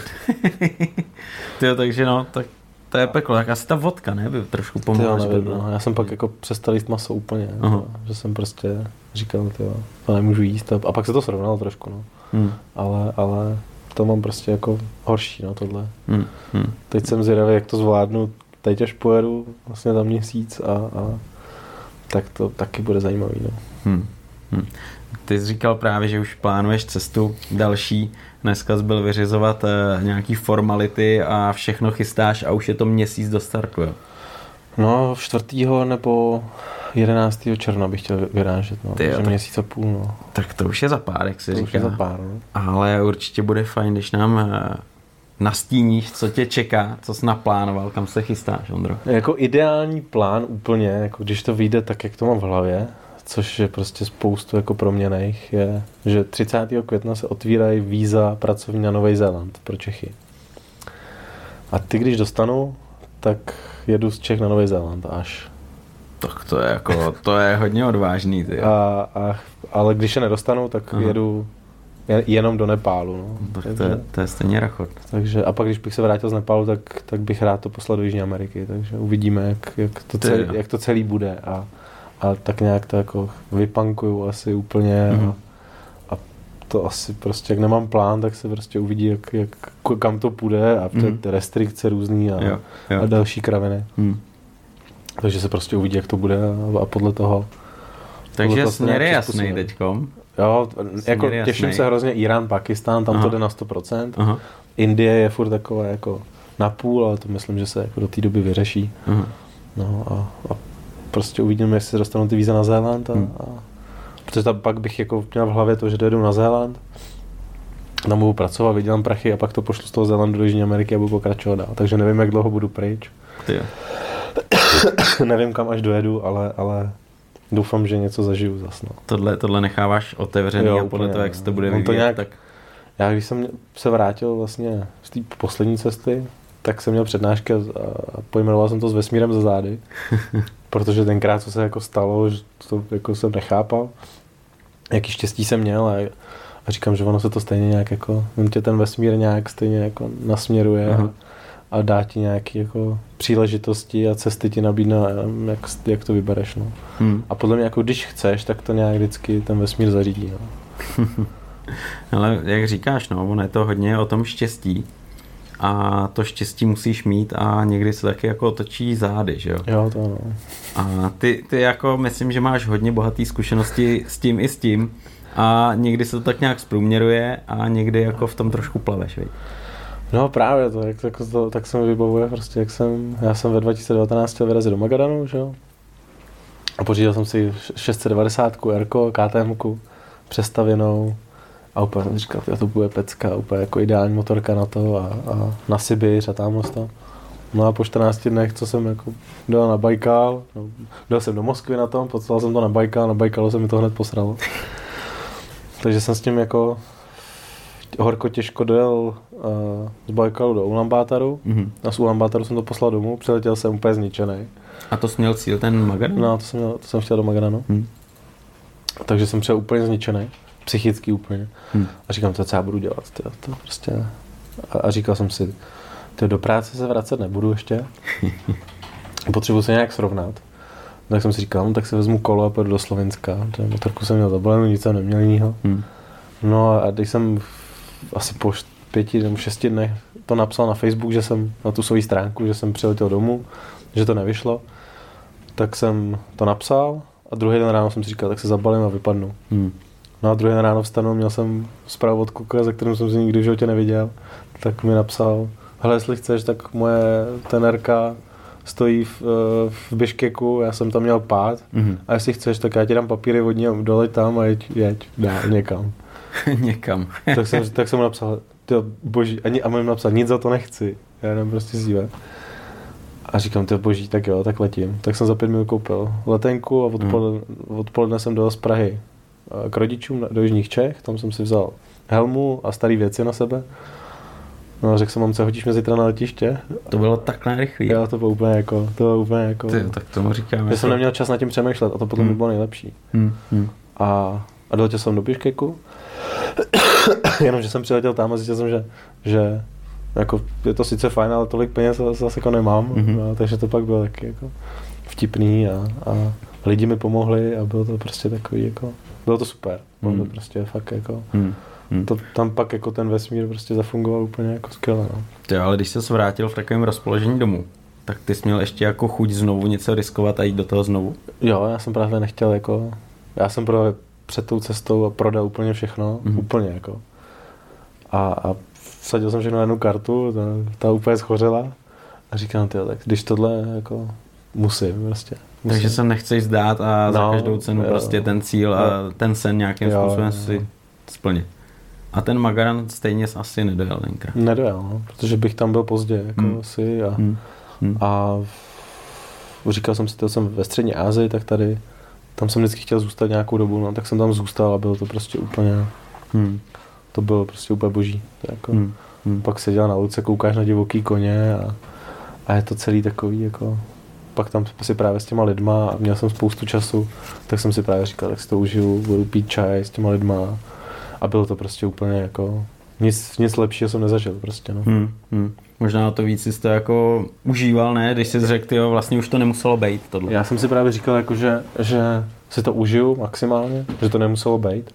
Tyjo, takže no, tak to je peklo, tak asi ta vodka, ne, by trošku pomohla. No, já jsem pak jako přestal jíst maso úplně, že jsem prostě říkal, to nemůžu jíst a pak se to srovnalo trošku, no. Ale to mám prostě jako horší, no, tohle. Teď jsem zvědavý, jak to zvládnu, teď až pojedu vlastně za měsíc a tak to taky bude zajímavý, no. Ty jsi říkal právě, že už plánuješ cestu další, dneska jsi byl vyřizovat nějaký formality a všechno chystáš a už je to měsíc do startu, jo? No, 4. nebo 11. června bych chtěl vyrážet, no. Takže měsíc a půl, no. Tak to už je za pár, jak se říká. Už je za pár, no. Ale určitě bude fajn, když nám nastíníš, co tě čeká, co jsi naplánoval, kam se chystáš, Ondro. Jako ideální plán úplně, jako když to vyjde tak, jak to mám v hlavě, což je prostě spoustu jako proměnných, je, že 30. května se otvírají víza pracovní na Nový Zéland pro Čechy. A ty, když dostanu, tak jedu z Čech na Nový Zéland až. Tak to je jako, to je hodně odvážný, ty. Ale když je nedostanu, tak jedu jenom do Nepálu, no. Tak to je stejně rachot. Takže, a pak, když bych se vrátil z Nepálu, tak bych rád to poslal do Jižní Ameriky, takže uvidíme, jak to celý bude a tak nějak to jako vypankuju asi úplně a to asi prostě, jak nemám plán, tak se prostě uvidí, kam to půjde a ty restrikce různý a další kraviny. Takže se prostě uvidí, jak to bude a podle toho. Takže směr je jasný teďkom. Jo, jako těším se hrozně Irán, Pakistán, tam to jde na 100%. Indie je furt takové jako napůl, ale to myslím, že se jako do té doby vyřeší. No a prostě uvidíme, jestli se dostanou ty víza na Zéland protože tam pak bych jako měl v hlavě to, že dojedu na Zéland, tam budu pracovat, vydělám prachy a pak to pošlu z toho Zélandu do Jižní Ameriky a budu pokračovat dál. Takže nevím, jak dlouho budu pryč. Nevím, kam až dojedu, ale doufám, že něco zažiju zas. No. Tohle necháváš otevřený a podle toho, jak se to bude vyvíjet, nějak, tak... Já když jsem se vrátil vlastně z té poslední cesty, tak jsem měl přednášky a pojmenoval jsem to s vesmírem za zády, protože tenkrát, co se jako stalo, že to jako jsem nechápal, jaký štěstí jsem měl a říkám, že ono se to stejně nějak jako, on tě ten vesmír nějak stejně jako nasměruje a dá ti nějaké jako příležitosti a cesty ti nabídne, jak to vybereš. No. A podle mě, jako když chceš, tak to nějak vždycky ten vesmír zařídí. No. Ale jak říkáš, no, ono je to hodně o tom štěstí a to štěstí musíš mít a někdy se taky jako otočí zády, že jo? Jo, to no. A ty jako myslím, že máš hodně bohaté zkušenosti s tím i s tím a někdy se to tak nějak zprůměruje a někdy jako v tom trošku plaveš, viď? No právě to, tak se mi vybavuje prostě, já jsem ve 2019 vyrazil do Magadanu, že jo? A pořídil jsem si 690 R-ko, KTM-ku, přestavěnou a úplně jsem říkal, to bude pecka, úplně jako ideální motorka na to a na Sibiř a tamhle to. No a po 14 dnech, co jsem jako dal na Bajkál, dal jsem do Moskvy na tom, poslal jsem to na Bajkálu se mi to hned posralo. Takže jsem s tím jako horko těžko dojel z Bajkalu do Ulaanbátaru a z Ulaanbátaru jsem to poslal domů, přiletěl jsem úplně zničený. A to jsi měl cíl ten Magadan? No, to jsem chtěl do Magadanu. Takže jsem přijel úplně zničený, psychicky úplně. A říkám, co já budu dělat, to prostě. A říkal jsem si, do práce se vracet nebudu ještě. Potřebuji se nějak srovnat. Tak jsem si říkal, no, tak si vezmu kolo a pojedu do Slovenska. Motorku jsem měl zabavenou, nic jsem neměl jinýho. No a když jsem asi po 5 nebo 6 dnech to napsal na Facebook, že jsem na tu svou stránku, že jsem přiletěl domů, že to nevyšlo, tak jsem to napsal a druhý den ráno jsem si říkal, tak se zabalím a vypadnu. No a druhý den ráno vstanu, měl jsem zprávu od kluka, za kterým jsem si nikdy v životě neviděl, tak mi napsal, hele, jestli chceš, tak moje tenerka stojí v Biškeku, já jsem tam měl pád a jestli chceš, tak já ti dám papíry od ní a doleď tam a jeď dál někam. Někam. tak jsem mu napsal, tyjo, boží, a mu napsal, nic za to nechci, já jdem prostě zívat. A říkám, tyjo, boží, tak jo, tak letím. Tak jsem za 5 minut koupil letenku a odpoledne jsem dojel z Prahy k rodičům do Jižních Čech, tam jsem si vzal helmu a staré věci na sebe. No a řekl jsem, mamce, hodíš mě zítra na letiště? To bylo takhle rychlý. Jo, to bylo úplně jako. Tyjo, tak tomu říkám. Já jsem neměl čas nad tím přemýšlet a to potom by bylo nejlepší. A doletěl jsem do Biškeku, jenomže jsem přiletěl tam a zjistil jsem, že jako je to sice fajn, ale tolik peněz zase jako nemám, no, takže to pak bylo taky jako vtipný a lidi mi pomohli a bylo to prostě takový jako, bylo to super, bylo to prostě fakt jako, to, tam pak jako ten vesmír prostě zafungoval úplně jako skvěle. No. Jo, ale když se vrátil v takovém rozpoložení domů, tak ty jsi měl ještě jako chuť znovu něco riskovat a jít do toho znovu? Jo, já jsem právě nechtěl jako, já jsem právě před tou cestou a prodal úplně všechno, úplně jako. A vsadil jsem všechno na jednu kartu, ta úplně schořela a říkám, tyjo, tak když tohle jako musím prostě. Takže se nechceš zdát a za každou cenu prostě ten cíl a ten sen nějakým způsobem si splnit. A ten Magadan stejně asi nedojel tenkrát. Nedojel, no, protože bych tam byl pozdě jako asi a říkal jsem si, to jsem ve střední Asii, tak tady tam jsem vždycky chtěl zůstat nějakou dobu, no, tak jsem tam zůstal a bylo to prostě úplně, to bylo prostě úplně boží. Jako, pak seděl na ulici, koukáš na divoký koně a je to celý takový, jako, pak tam si právě s těma lidma a měl jsem spoustu času, tak jsem si právě říkal, tak si to užiju, budu pít čaj s těma lidma a bylo to prostě úplně jako, nic lepšího jsem nezažil prostě, no. Možná to víc jsi to jako užíval, ne? Když jsi řekl, jo, vlastně už to nemuselo být tohle. Já jsem si právě říkal, jako, že si to užiju maximálně, že to nemuselo být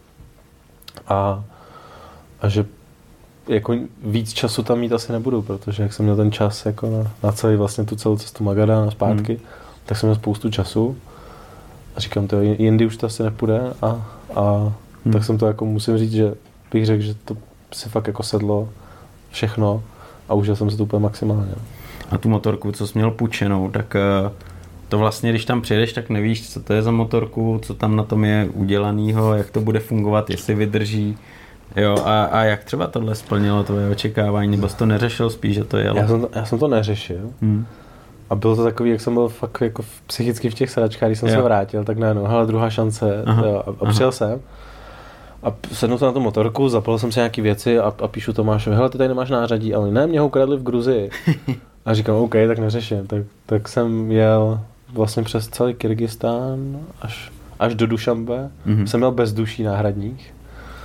a že jako víc času tam mít asi nebudu, protože jak jsem měl ten čas jako na celý vlastně tu celou cestu Magadan a zpátky, tak jsem měl spoustu času a říkám, to jindy už to asi nepůjde a tak jsem to jako musím říct, že bych řekl, že to si fakt jako sedlo všechno a užil jsem se to úplně maximálně. A tu motorku, co jsi měl půjčenou, tak to vlastně, když tam přijedeš, tak nevíš, co to je za motorku, co tam na tom je udělanýho, jak to bude fungovat, jestli vydrží. Jo, a jak třeba tohle splnilo tvoje očekávání, nebo jsi to neřešil spíš, že to jelo? Já jsem to neřešil. A bylo to takový, jak jsem byl fakt jako psychicky v těch sedačkách, když jsem se vrátil, tak najednou, hele, druhá šance, jo, a přijel jsem. A sednu to na tu motorku, zapal jsem si nějaký věci a píšu Tomášovi, hele, ty tady nemáš nářadí, ale ne, mě ho ukradli v Gruzii. A říkám, OK, tak neřeším. Tak jsem jel vlastně přes celý Kyrgyzstán až do Dušanbe. Jsem měl bezduší náhradních.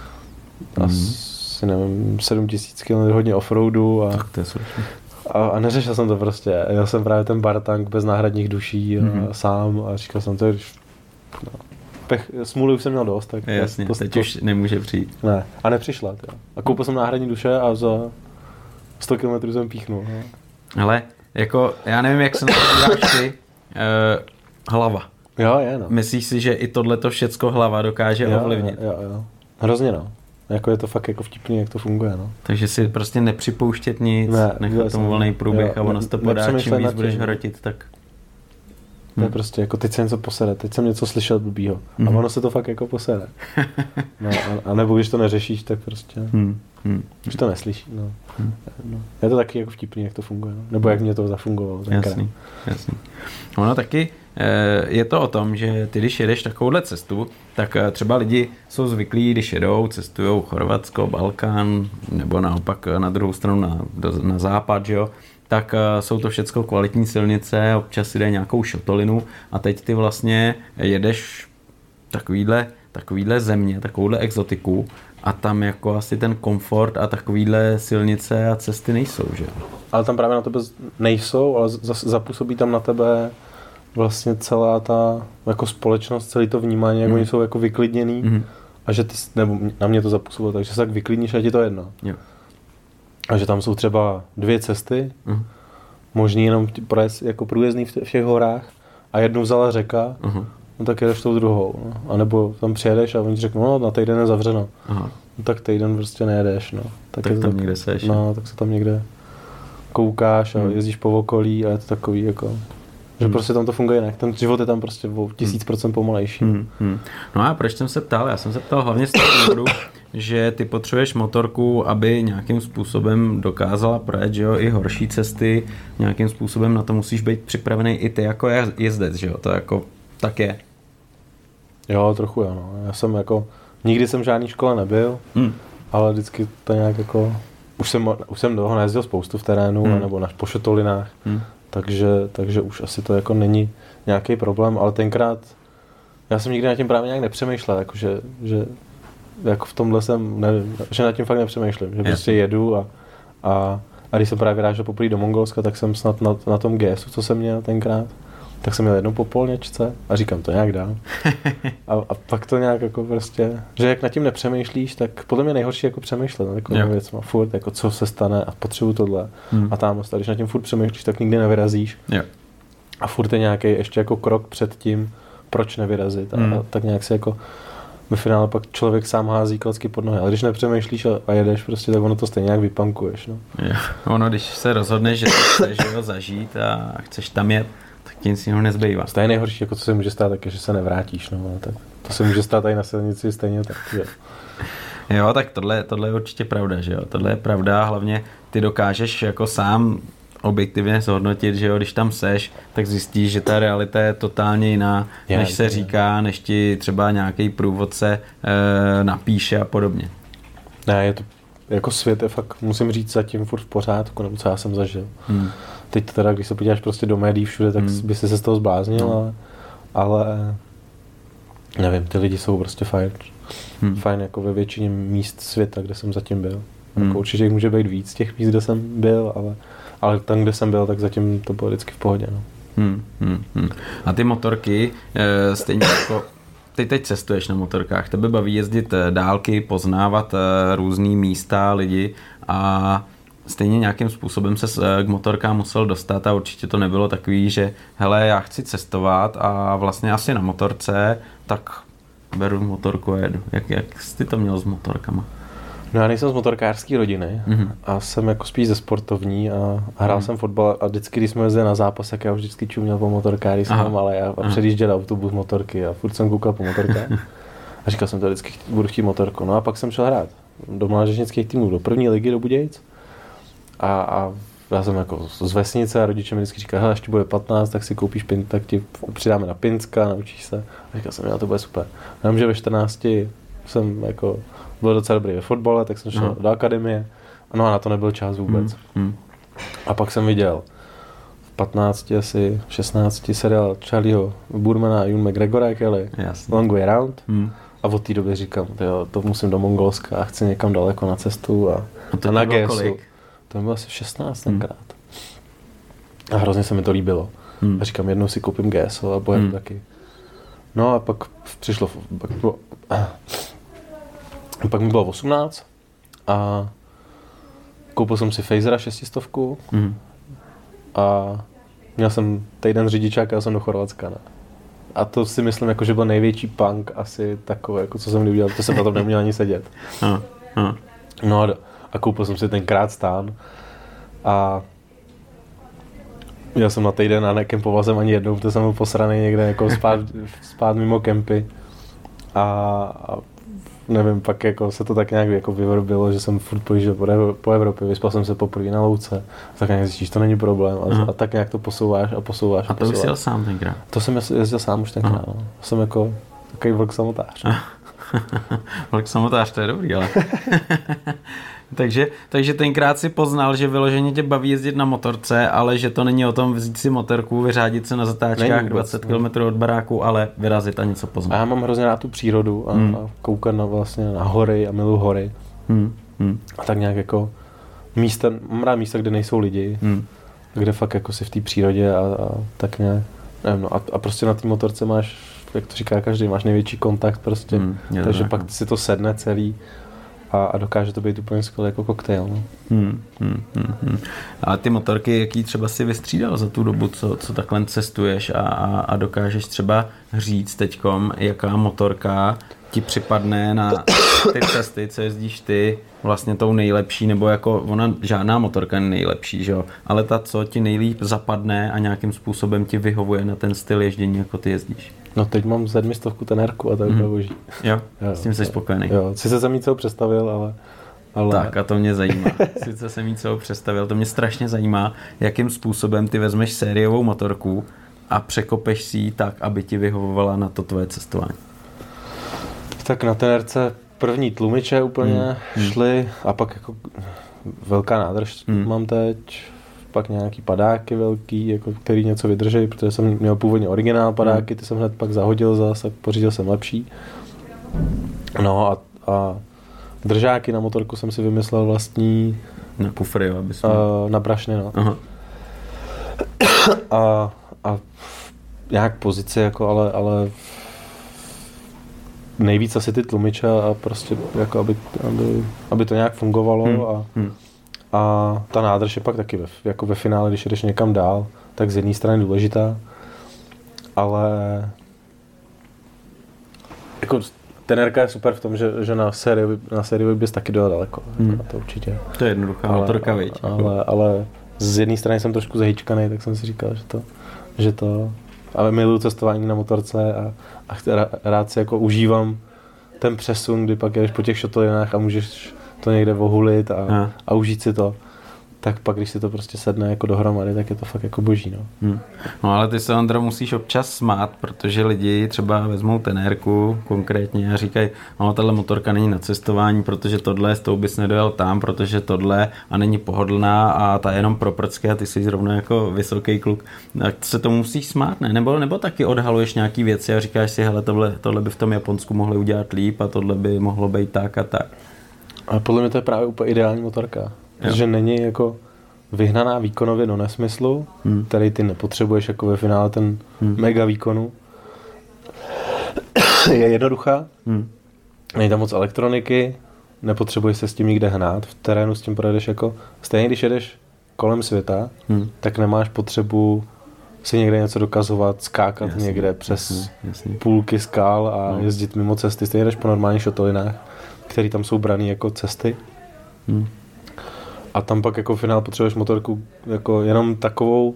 Asi nevím, 7000 km hodně offroadu a neřešil jsem to prostě. Jel jsem právě ten bartank bez náhradních duší sám a říkal jsem to, smůlu už jsem měl dost. Tak jasně, teď už nemůže přijít. Ne, a nepřišla. Tě. A koupil jsem náhradní duše a za 100 km jsem píchnul. No. Ale jako, já nevím, jak se na to díváš ty, hlava. Jo, je, no. Myslíš si, že i tohleto všecko hlava dokáže ovlivnit? Jo. Hrozně, no. Jako je to fakt jako vtipný, jak to funguje, no. Takže si prostě nepřipouštět nic, nechat tomu volný průběh a ono se to podá, čím víc budeš hrotit, tak... To je prostě jako teď jsem něco posede, teď jsem něco slyšel blbýho a ono se to fakt jako posede. No, a nebo když to neřešíš, tak prostě, když to neslyšíš, no. Je to taky jako vtipný, jak to funguje, no. Nebo jak mě to zafungovalo. Jasný. Ono taky je to o tom, že ty, když jedeš takovouhle cestu, tak třeba lidi jsou zvyklí, když jedou, cestujou Chorvatsko, Balkán, nebo naopak na druhou stranu na západ, že jo, tak jsou to všecko kvalitní silnice, občas jde nějakou šotolinu a teď ty vlastně jedeš takovýhle země, takovouhle exotiku a tam jako asi ten komfort a takovýhle silnice a cesty nejsou, že? Ale tam právě na tebe nejsou, ale zapůsobí tam na tebe vlastně celá ta jako společnost, celé to vnímání, jak oni jsou jako vyklidněný a že ty, nebo na mě to zapůsobilo, takže se tak vyklidníš a ti to jedno. Jo. A že tam jsou třeba 2 cesty, možný jenom jako průjezdný v všech horách a jednu vzala řeka, no tak jedeš tou druhou. No. A nebo tam přijedeš a oni ti řeknou, no na týden je zavřeno. No tak týden prostě nejedeš. No. Tak tam někde seš. No, tak se tam někde koukáš a jezdíš po okolí a je to takový jako... Že prostě tam to funguje jinak. Ten život je tam prostě o 1000% pomalejší. No a proč jsem se ptal? Já jsem se ptal hlavně z toho důvodu, že ty potřebuješ motorku, aby nějakým způsobem dokázala projet, že jo, i horší cesty. Nějakým způsobem na to musíš být připravený i ty jako jezdec, že jo. To jako tak je. Jo, trochu jo, no. Já jsem jako... Nikdy jsem v žádný škole nebyl, ale vždycky to nějak jako... Už jsem toho nejezdil spoustu v terénu, nebo po šotolinách. Takže už asi to jako není nějaký problém, ale tenkrát já jsem nikdy nad tím právě nějak nepřemýšlel, jakože, že jako v tomhle jsem, nevím, že nad tím fakt nepřemýšlím, že prostě jedu a když jsem právě vyrážel poprvé do Mongolska, tak jsem snad na tom GSu, co jsem měl tenkrát, tak jsem měl jednou po polněčce a říkám, to nějak dám. A pak to nějak jako prostě, že jak nad tím nepřemýšlíš, tak podle mě nejhorší jako přemýšlet na takovou věc, furt jako co se stane a potřebuju tohle a tam, když nad tím furt přemýšlíš, tak nikdy nevyrazíš. A furt je nějaký ještě jako krok před tím, proč nevyrazit a tak nějak se jako ve finále pak člověk sám hází klacky pod nohy, ale když nepřemýšlíš a jedeš prostě, tak ono to stejně nějak vypankuješ. No. Ono, když se rozhodneš, že to chceš zažít a chceš tam jet, tak nic jiného nezbývá. To je nejhorší, jako co se může stát, tak je, že se nevrátíš. No, tak to se může stát i na silnici stejně tak. Že? Jo, tak tohle je určitě pravda, že jo. Tohle je pravda, hlavně ty dokážeš jako sám objektivně zhodnotit, že jo, když tam seš, tak zjistíš, že ta realita je totálně jiná, než se říká, než ti třeba nějaký průvodce napíše a podobně. Ne, je to, jako svět je fakt, musím říct, zatím furt v pořádku, nebo co já jsem zažil. Teď teda, když se podíváš prostě do médií všude, tak by si se z toho zbláznil, ale nevím, ty lidi jsou prostě fajn jako ve většině míst světa, kde jsem zatím byl. Jako určitě jich může být víc těch míst, kde jsem byl, ale tam, kde jsem byl, tak zatím to bylo vždycky v pohodě. No. A ty motorky, stejně jako ty teď cestuješ na motorkách, tebe baví jezdit dálky, poznávat různý místa, lidi a stejně nějakým způsobem se k motorkám musel dostat a určitě to nebylo takový, že hele, já chci cestovat a vlastně asi na motorce, tak beru motorku a jedu. Jak jsi to měl s motorkama? No já nejsem z motorkářské rodiny a jsem jako spíš ze sportovní a hrál jsem fotbal a vždycky, když jsme jezdili na zápas, tak já už vždycky čuměl po motorkáři, jsem malý a předjížděl autobus motorky a furt jsem koukal po motorkách. A říkal jsem to vždycky, budu chtít motorku. No a pak jsem šel hrát do mládežnických týmů, do první ligy do Budějic a já jsem jako z vesnice a rodiče mi vždycky říkali, hele, až ti bude 15, tak si koupíš pin, tak ti přidáme na Pinska, naučíš se. A říkal jsem, to bude super. Jenom, že ve 14 jsem jako byl docela dobrý ve fotbale, tak jsem šel do akademie. No a na to nebyl čas vůbec. A pak jsem viděl v 15, asi 16 seriál Charlieho Boormana a Ewan McGregora, jak jeli Long Way Round. A od té doby říkám, to musím do Mongolska a chci někam daleko na cestu a na GSu. To bylo asi 16 tenkrát. A hrozně se mi to líbilo. A říkám, jednou si koupím GSO a pojedu taky. No a pak přišlo, pak mi bylo 18 a koupil jsem si Phasera 600 a měl jsem týden řidičák a jel jsem do Chorvatska. Ne? A to si myslím, jako, že byl největší punk asi takový, jako co jsem kdy udělal, to jsem na tom neměl ani sedět. No a koupil jsem si tenkrát stán a jel jsem na týden a nekempoval ani jednou, protože jsem byl posraný někde jako spát mimo kempy a nevím, pak jako se to tak nějak jako vyvrbilo, že jsem furt pojížděl po Evropě, vyspal jsem se poprvé na louce, tak nějak zjistíš, to není problém a tak nějak to posouváš. A to jsi jel sám tenkrát? To jsem jezdil sám už tenkrát, no. Jsem jako takový vlk samotář. Vlk samotář, to je dobrý, ale... takže tenkrát si poznal, že vyloženě tě baví jezdit na motorce, ale že to není o tom vzít si motorku, vyřádit se na zatáčkách 20 km od baráku, ale vyrazit a něco poznat. A já mám hrozně rád tu přírodu a koukat vlastně na hory a miluji hory. A tak nějak jako mám rád místa, kde nejsou lidi, kde fakt jako si v té přírodě a tak nějak, nevím, no, a prostě na té motorce máš, jak to říká každý, máš největší kontakt prostě, takže pak si to sedne celý. A dokáže to být úplně skvělý jako koktejl. No. A ty motorky, jaký třeba si vystřídal za tu dobu, co takhle cestuješ a dokážeš třeba říct teďkom, jaká motorka ti připadne na ty cesty, co jezdíš ty, vlastně tou nejlepší, nebo jako ona žádná motorka není nejlepší, že jo? Ale ta, co ti nejlíp zapadne a nějakým způsobem ti vyhovuje na ten styl ježdění, jako ty jezdíš. No teď mám 700 Tenerku a to je úplně boží. Jo, s tím jsi spokojený. Jo, sice jsem jí celou představil, ale... Tak a to mě zajímá. Sice jsem jí celou představil, to mě strašně zajímá, jakým způsobem ty vezmeš sériovou motorku a překopeš si ji tak, aby ti vyhovovala na to tvoje cestování. Tak na Tenerce první tlumiče úplně šly a pak jako velká nádrž mám teď. Pak nějaký padáky velký, jako, který něco vydrží, protože jsem měl původně originál padáky, ty jsem hned pak zahodil zase, pořídil jsem lepší. No a držáky na motorku jsem si vymyslel vlastní. Na kufry, aby jsme... Na brašny, no. Aha. A nějak pozici, jako, ale nejvíc asi ty tlumiče a prostě jako aby to nějak fungovalo a ta nádrž je pak taky jako ve finále, když jdeš někam dál, tak z jedné strany důležitá, ale jako Tenerka je super v tom, že na sérii bys taky dojel daleko, jako to určitě. To je jednoduchá motorka, viď? Ale z jedné strany jsem trošku zahyčkanej, tak jsem si říkal, že to ale miluji cestování na motorce a rád si jako užívám ten přesun, kdy pak jedeš po těch šotolinách a můžeš to někde vohulit a užít si to. Tak pak, když si to prostě sedne jako dohromady, tak je to fakt jako boží, no. No ale ty se, Ondro, musíš občas smát, protože lidi třeba vezmou Tenérku konkrétně a říkají, no tahle motorka není na cestování, protože tohle, s tou bys nedojel tam, protože tohle a není pohodlná a ta je jenom pro prcky a ty jsi zrovna jako vysoký kluk. Tak se to musíš smát, ne? Nebo taky odhaluješ nějaký věci a říkáš si, hele, tohle by v tom Japonsku mohli udělat líp a tohle by mohlo být tak a tak. Ale podle mě to je právě úplně ideální motorka. Protože není jako vyhnaná výkonově do nesmyslu, který ty nepotřebuješ jako ve finále ten mega výkonu. Je jednoduchá, není tam moc elektroniky, nepotřebuješ se s tím nikde hnát, v terénu s tím projedeš jako, stejně když jedeš kolem světa, tak nemáš potřebu si někde něco dokazovat, skákat někde přes půlky skal a jezdit mimo cesty, stejně jdeš po normálních šotolinách, které tam jsou braný jako cesty. A tam pak jako v finále potřebuješ motorku jako jenom takovou,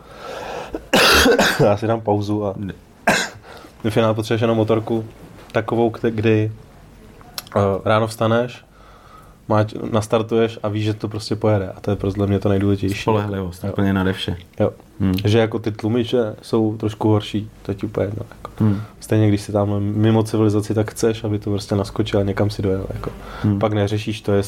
já si dám pauzu a v finále potřebuješ jenom motorku takovou, kdy ráno vstaneš, nastartuješ a víš, že to prostě pojede a to je podle mě to nejdůležitější. Spolehlivost, úplně nade vše. Jo. Že jako ty tlumiče jsou trošku horší, to je ti úplně jedno. Jako. Stejně když si tam mimo civilizaci, tak chceš, aby to prostě naskočil a někam si dojel. Jako. Pak neřešíš to,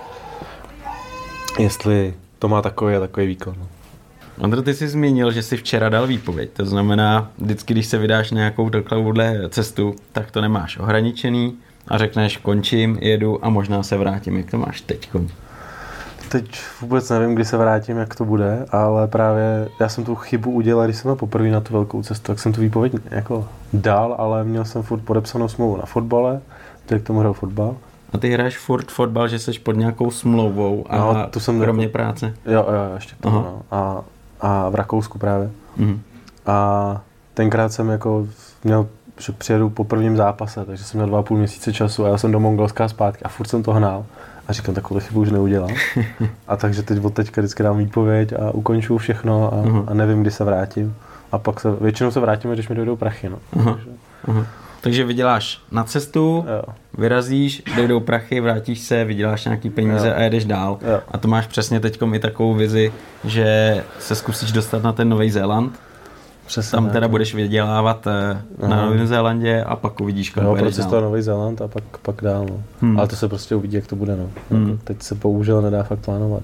jestli to má takový a takový výkon. Ondro, ty jsi zmínil, že jsi včera dal výpověď, to znamená, vždycky, když se vydáš na nějakou takovouhle cestu, tak to nemáš ohraničený a řekneš, končím, jedu a možná se vrátím. Jak to máš teďko? Teď vůbec nevím, kdy se vrátím, jak to bude, ale právě já jsem tu chybu udělal, když jsem byl poprvé na tu velkou cestu, tak jsem tu výpověď jako dal, ale měl jsem furt podepsanou smlouvu na fotbale, teď k tomu hrál fotbal. A ty hraješ furt fotbal, že jsi pod nějakou smlouvou a no, to jsem kromě práce? Jo, ještě k tomu, no. A v Rakousku právě. A tenkrát jsem jako měl že přijedu po prvním zápase, takže jsem měl 2,5 měsíce času a já jsem do Mongolska zpátky a furt jsem to hnal. A říkám, takovou chybu už neudělám. A takže od teďka vždycky dám výpověď a ukončuju všechno a nevím, kdy se vrátím. A pak většinou se vrátíme, když mi dojdou prachy. No. Takže vyděláš na cestu, vyrazíš, dojdou prachy, vrátíš se, vyděláš nějaký peníze a jedeš dál. A to máš přesně teďkom i takovou vizi, že se zkusíš dostat na ten Nový Zéland. Přesně tam teda budeš vydělávat na Novém Zélandě a pak uvidíš, kam pojedeš dál. No, Nový Zéland a pak dál. No. Ale to se prostě uvidí, jak to bude. No. Teď se bohužel nedá fakt plánovat.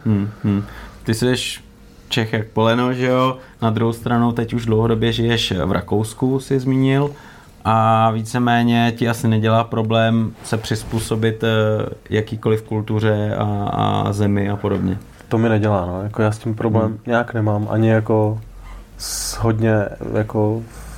Ty jsi Čech jak poleno, že jo? Na druhou stranu teď už dlouhodobě žiješ v Rakousku, si zmínil. A víceméně ti asi nedělá problém se přizpůsobit jakýkoliv kultuře a zemi a podobně. To mi nedělá, no. Jako já s tím problém nějak nemám, ani jako s hodně jako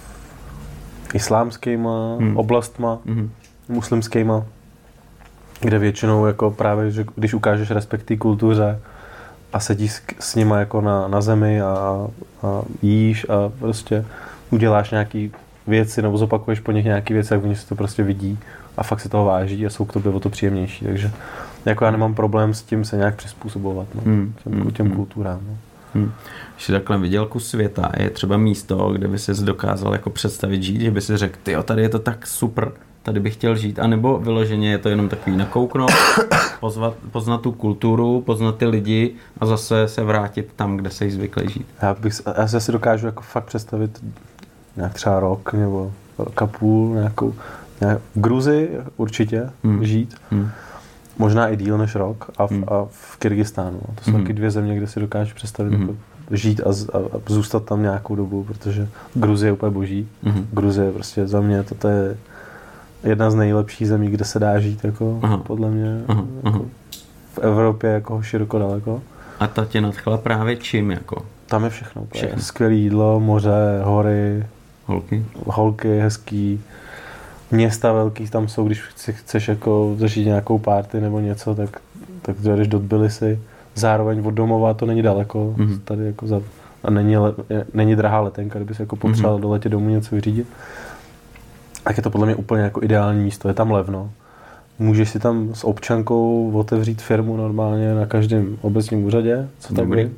islámskýma oblastma, muslimskýma, kde většinou jako právě, že když ukážeš respekt té kultuře a sedíš s nima jako na zemi a jíš a prostě uděláš nějaký věci nebo zopakuješ po nich nějaký věci, tak oni si to prostě vidí a fakt si toho váží a jsou k tobě o to příjemnější. Takže jako já nemám problém s tím se nějak přizpůsobovat těm kulturám. No. Když jsi takhle viděl kus světa, je třeba místo, kde by ses dokázal jako představit žít, že by si řekl, tyjo, tady je to tak super, tady bych chtěl žít, anebo vyloženě je to jenom takový nakouknout, poznat tu kulturu, poznat ty lidi a zase se vrátit tam, kde jsi zvyklý žít. Já si dokážu jako fakt představit nějak třeba rok nebo rok a půl, v Gruzii určitě žít. Možná i díl než rok a v Kyrgyzstánu. To jsou taky 2 země, kde si dokážu představit jako žít a zůstat tam nějakou dobu, protože Gruzie je úplně boží. Gruzie prostě za mě to je jedna z nejlepších zemí, kde se dá žít, jako podle mě. Jako v Evropě jako široko daleko. A ta tě nadchla právě čím? Jako? Tam je všechno. Skvělé jídlo, moře, hory, holky hezký. Města velký tam jsou, když chceš jako zažít nějakou party nebo něco, tak dojedeš do Tbilisi. Zároveň od domova to není daleko. Tady jako a není drahá letenka, kdyby si jako potřeboval doletět domů něco vyřídit. Tak je to podle mě úplně jako ideální místo. Je tam levno. Můžeš si tam s občankou otevřít firmu normálně na každém obecním úřadě, co tak je.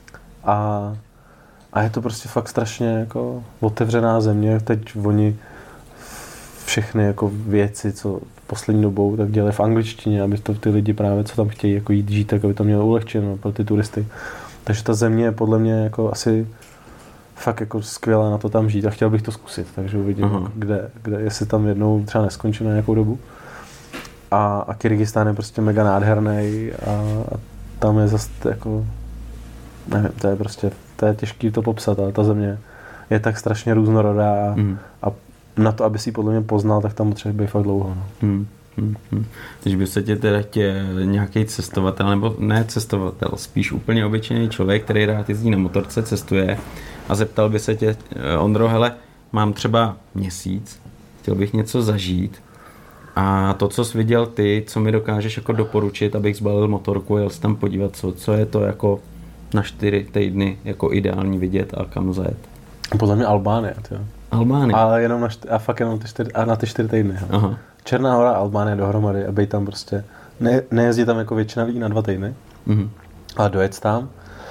A je to prostě fakt strašně jako otevřená země. Teď oni všechny jako věci, co poslední dobou tak dělají v angličtině, aby to ty lidi právě, co tam chtějí jako jít, žít, tak aby to mělo ulehčeno pro ty turisty. Takže ta země je podle mě jako asi fakt jako skvělá na to tam žít a chtěl bych to zkusit, takže uvidím, kde jestli tam jednou třeba neskončím na nějakou dobu. A Kyrgyzstán je prostě mega nádherný a tam je zase jako, nevím, to je těžký to popsat, ale ta země je tak strašně různorodá a na to, aby si ji podle mě poznal, tak tam potřebuje být fakt dlouho. No. Když by se tě teda nějaký cestovatel, nebo ne cestovatel, spíš úplně obyčejný člověk, který rád jezdí na motorce, cestuje a zeptal by se tě, Ondro, hele, mám třeba měsíc, chtěl bych něco zažít a to, co jsi viděl ty, co mi dokážeš jako doporučit, abych zbalil motorku a jel se tam podívat, co je to jako na 4 týdny jako ideální vidět a kam zajet? Podle mě Albánie, jo. Albánie? Ale jenom fakt jenom na ty 4 týdny. Aha. Černá Hora a Albánie dohromady a bejt tam prostě, nejezdí tam jako většina lidí na 2 týdny, ale dojet tam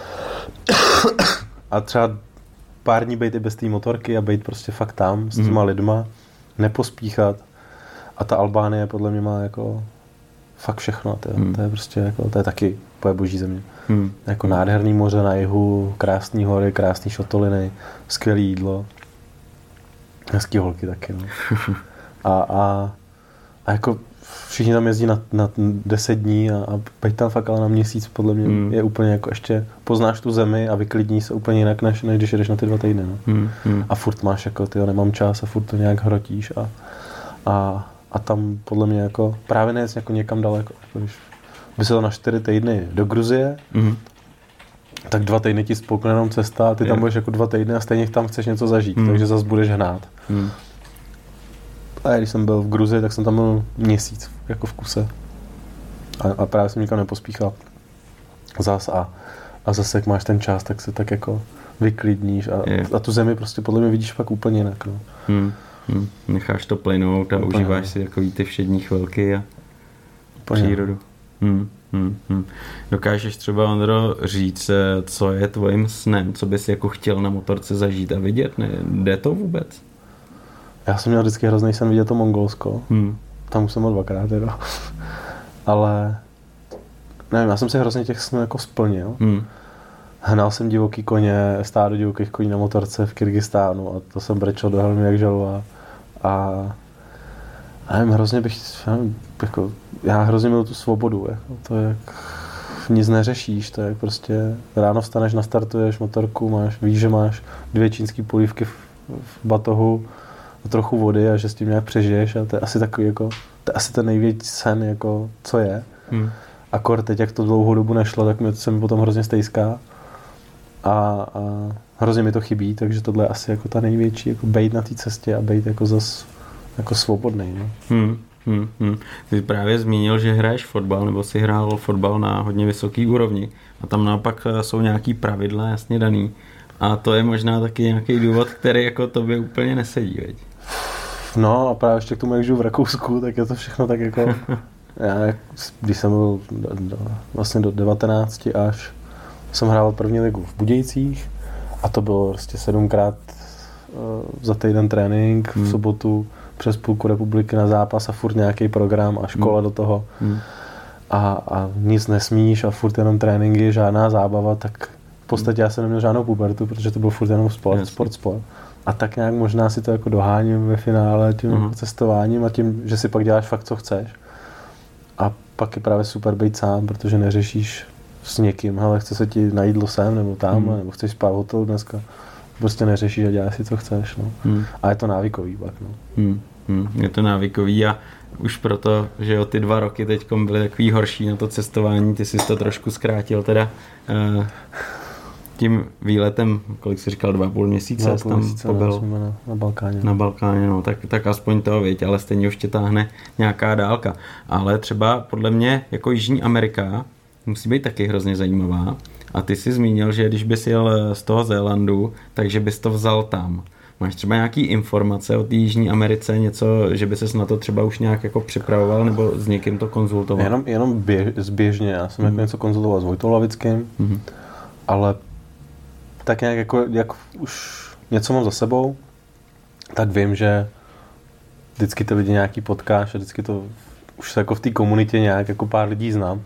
a třeba pár dní bejt i bez té motorky a bejt prostě fakt tam s těma lidma, nepospíchat a ta Albánie podle mě má jako fakt všechno, to je prostě jako, to je taky boží země. Jako nádherný moře na jihu, krásný hory, krásný šotoliny, skvělé jídlo, hezký holky taky. No. A jako všichni tam jezdí na 10 dní a být tam fakt ale na měsíc podle mě je úplně jako ještě poznáš tu zemi a vyklidní se úplně jinak, než když jedeš na ty 2 týdny. No. A furt máš jako nemám čas a furt to nějak hrotíš a tam podle mě jako právě nejsi jako někam daleko. Jako když by se to na 4 týdny do Gruzie, tak 2 týdny ti spolkne jenom cesta a ty tam budeš jako 2 týdny a stejně tam chceš něco zažít, takže zase budeš hnát. A když jsem byl v Gruzii, tak jsem tam byl měsíc jako v kuse. A právě jsem nikam nepospíchal. A zase, jak máš ten čas, tak se tak jako vyklidníš a tu zemi prostě podle mě vidíš fakt úplně jinak. No. Necháš to plynout a úplně. Užíváš si takový ty všední chvilky a Úplně. přírodu. Dokážeš třeba, Ondro, říct, co je tvojím snem, co bys jako chtěl na motorce zažít a vidět? Ne, jde to vůbec? Já jsem měl vždycky hrozný sen vidět to Mongolsko. Tam už jsem byl 2krát, teda. Ale nevím, já jsem si hrozně těch snů jako splnil. Hnal jsem divoký koně, stádo divokých koní na motorce v Kyrgyzstánu a to jsem brečel do helmy jak želva. A nevím, hrozně bych, já hrozně miluji tu svobodu, jako, to je jak nic neřešíš, to je jak prostě ráno vstaneš, nastartuješ motorku, víš, že máš 2 čínský polívky v batohu a trochu vody a že s tím nějak přežiješ a to je asi takový jako, to je asi ten největší sen, jako, co je. Akor teď, jak to dlouhou dobu nešlo, tak se mi potom hrozně stejská a hrozně mi to chybí, takže tohle je asi jako ta největší, jako bejt na té cestě a bejt jako zas jako svobodnej. No. Ty právě zmínil, že hraješ fotbal, nebo si hrál fotbal na hodně vysoký úrovni a tam naopak jsou nějaký pravidla jasně daný a to je možná taky nějaký důvod, který jako tobě úplně nesedí, veď? No a právě ještě k tomu, jak žiju v Rakousku, tak je to všechno tak jako, já, když jsem byl vlastně do 19 až jsem hrál první ligu v Budějcích a to bylo prostě 7krát za týden trénink v sobotu přes půlku republiky na zápas a furt nějaký program a škola do toho a nic nesmíš a furt jenom tréninky, žádná zábava, tak v podstatě já jsem neměl žádnou pubertu, protože to byl furt jenom sport. A tak nějak možná si to jako doháním ve finále tím cestováním a tím, že si pak děláš fakt, co chceš. A pak je právě super být sám, protože neřešíš s někým, hele, chce se ti na jídlo sem nebo tam, nebo chceš spát v hotelu dneska. Prostě neřešíš a děláš si, co chceš. No. A je to návykový pak. No. Je to návykový a už proto, že jo, ty 2 roky teďkom byly takový horší na to cestování, ty jsi to trošku zkrátil teda tím výletem, kolik jsi říkal, 2,5 měsíce, tam pobyl na Balkáně. Na Balkáně, no, tak aspoň toho věď, ale stejně už tě táhne nějaká dálka. Ale třeba podle mě jako Jižní Amerika musí být taky hrozně zajímavá. A ty jsi zmínil, že když bys jel z toho Zélandu, takže bys to vzal tam. Máš třeba nějaký informace o té Jižní Americe, něco, že by ses na to třeba už nějak jako připravoval nebo s někým to konzultoval? Jenom zběžně. Já jsem jako něco konzultoval s Vojtou Lavickým, ale tak nějak jako, jak už něco mám za sebou, tak vím, že vždycky ty lidi nějaký potkáš a vždycky to už jako v té komunitě nějak jako pár lidí znám.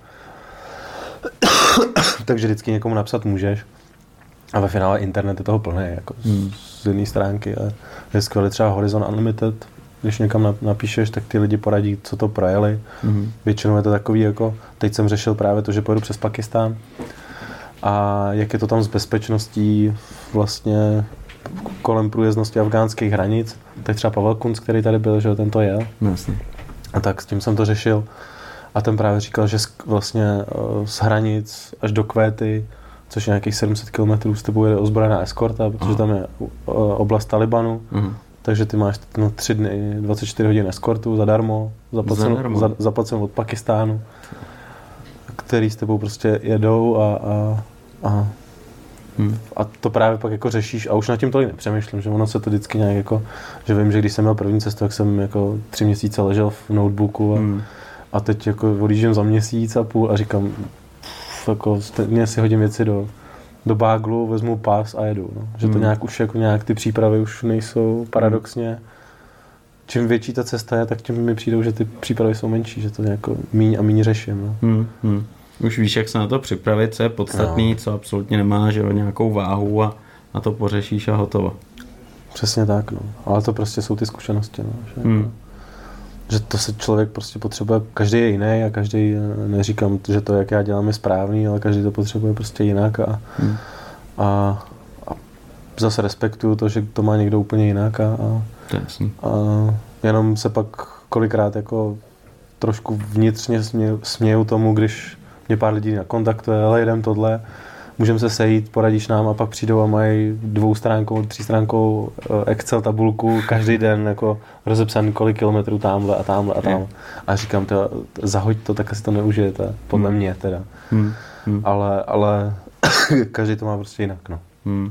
Takže vždycky někomu napsat můžeš. A ve finále internet je toho plný, jako z jedné stránky. A je skvělý třeba Horizon Unlimited, když někam napíšeš, tak ty lidi poradí, co to projeli. Většinou je to takový, jako teď jsem řešil právě to, že pojedu přes Pakistán. A jak je to tam s bezpečností vlastně kolem průjezdnosti afgánských hranic, tak třeba Pavel Kunc, který tady byl, že ten to jel. Jasně. A tak s tím jsem to řešil. A ten právě říkal, že vlastně z hranic až do Kvéty, což je nějakých 700 km, s tebou jede ozbrojená eskorta, protože tam je oblast Talibanu. Takže ty máš 3 dny, 24 hodin eskortu zadarmo, zaplacenou od Pakistánu, který s tebou prostě jedou a to právě pak jako řešíš a už nad tím tolik nepřemýšlím, že ono se to vždycky nějak jako, že vím, že když jsem měl první cestu, tak jsem jako 3 měsíce ležel v notebooku a teď jako odjíždím za měsíc a půl a říkám, jako stejně si hodím věci do báglu, vezmu pás a jedu. No. Že to nějak už jako nějak ty přípravy už nejsou paradoxně. Čím větší ta cesta je, tak tím mi přijdou, že ty přípravy jsou menší, že to nějak míň a míň řeším. No. Už víš, jak se na to připravit, co je podstatný, co absolutně nemá, že nějakou váhu a na to pořešíš a hotovo. Přesně tak, no. Ale to prostě jsou ty zkušenosti, no. Že to se člověk prostě potřebuje, každý je jiný a každý, neříkám, že to, jak já dělám, je správný, ale každý to potřebuje prostě jinak a zase respektuju to, že to má někdo úplně jinak a jenom se pak kolikrát jako trošku vnitřně směju tomu, když mě pár lidí nakontaktuje, ale jdem tohle, můžeme se sejít, poradíš nám a pak přijdou a mají 2stránkovou, 3stránkovou Excel tabulku každý den jako rozepsaný kolik kilometrů tamhle a tamhle a tamhle. A říkám, zahoď to, tak asi to neužijete, podle mě teda. Ale každý to má prostě jinak, no.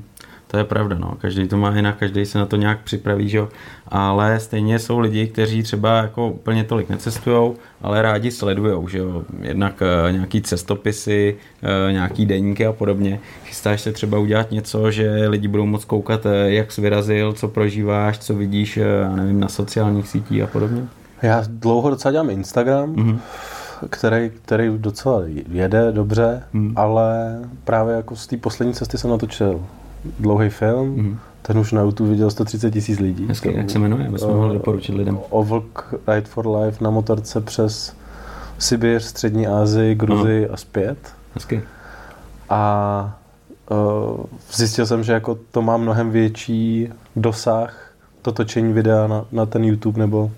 To je pravda, no. Každý to má jinak, každý se na to nějak připraví, že jo. Ale stejně jsou lidi, kteří třeba jako úplně tolik necestujou, ale rádi sledujou, že jo. Jednak nějaký cestopisy, nějaký deníky a podobně. Chystáš se třeba udělat něco, že lidi budou moc koukat, jak jsi vyrazil, co prožíváš, co vidíš, já nevím, na sociálních sítích a podobně? Já dlouho docela dělám Instagram, který docela jede dobře, ale právě jako z té poslední cesty jsem natočil dlouhý film, ten už na YouTube viděl 130 000 lidí. Hezky, jak se jmenuje, abychom mohli doporučit lidem? Ovlk Ride for Life na motorce přes Sibiř, Střední Asii, Gruzii a zpět. Hezky. A zjistil jsem, že jako to má mnohem větší dosah, to točení videa na ten YouTube nebo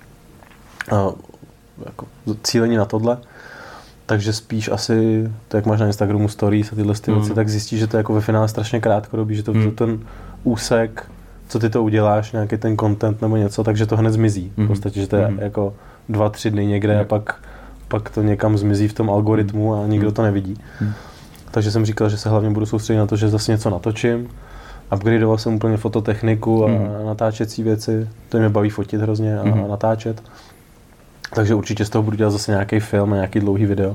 jako cílení na tohle. Takže spíš asi, to jak máš na Instagramu stories a tyhle věci, tak zjistíš, že to je jako ve finále strašně krátkodobý, že to ten úsek, co ty to uděláš, nějaký ten content nebo něco, takže to hned zmizí. V podstatě, že to je jako 2-3 dny někde a pak to někam zmizí v tom algoritmu a nikdo to nevidí. Takže jsem říkal, že se hlavně budu soustředit na to, že zase něco natočím. Upgradeoval jsem úplně fototechniku a natáčecí věci, to mě baví fotit hrozně a natáčet. Takže určitě z toho budu dělat zase nějaký film a nějaký dlouhý video.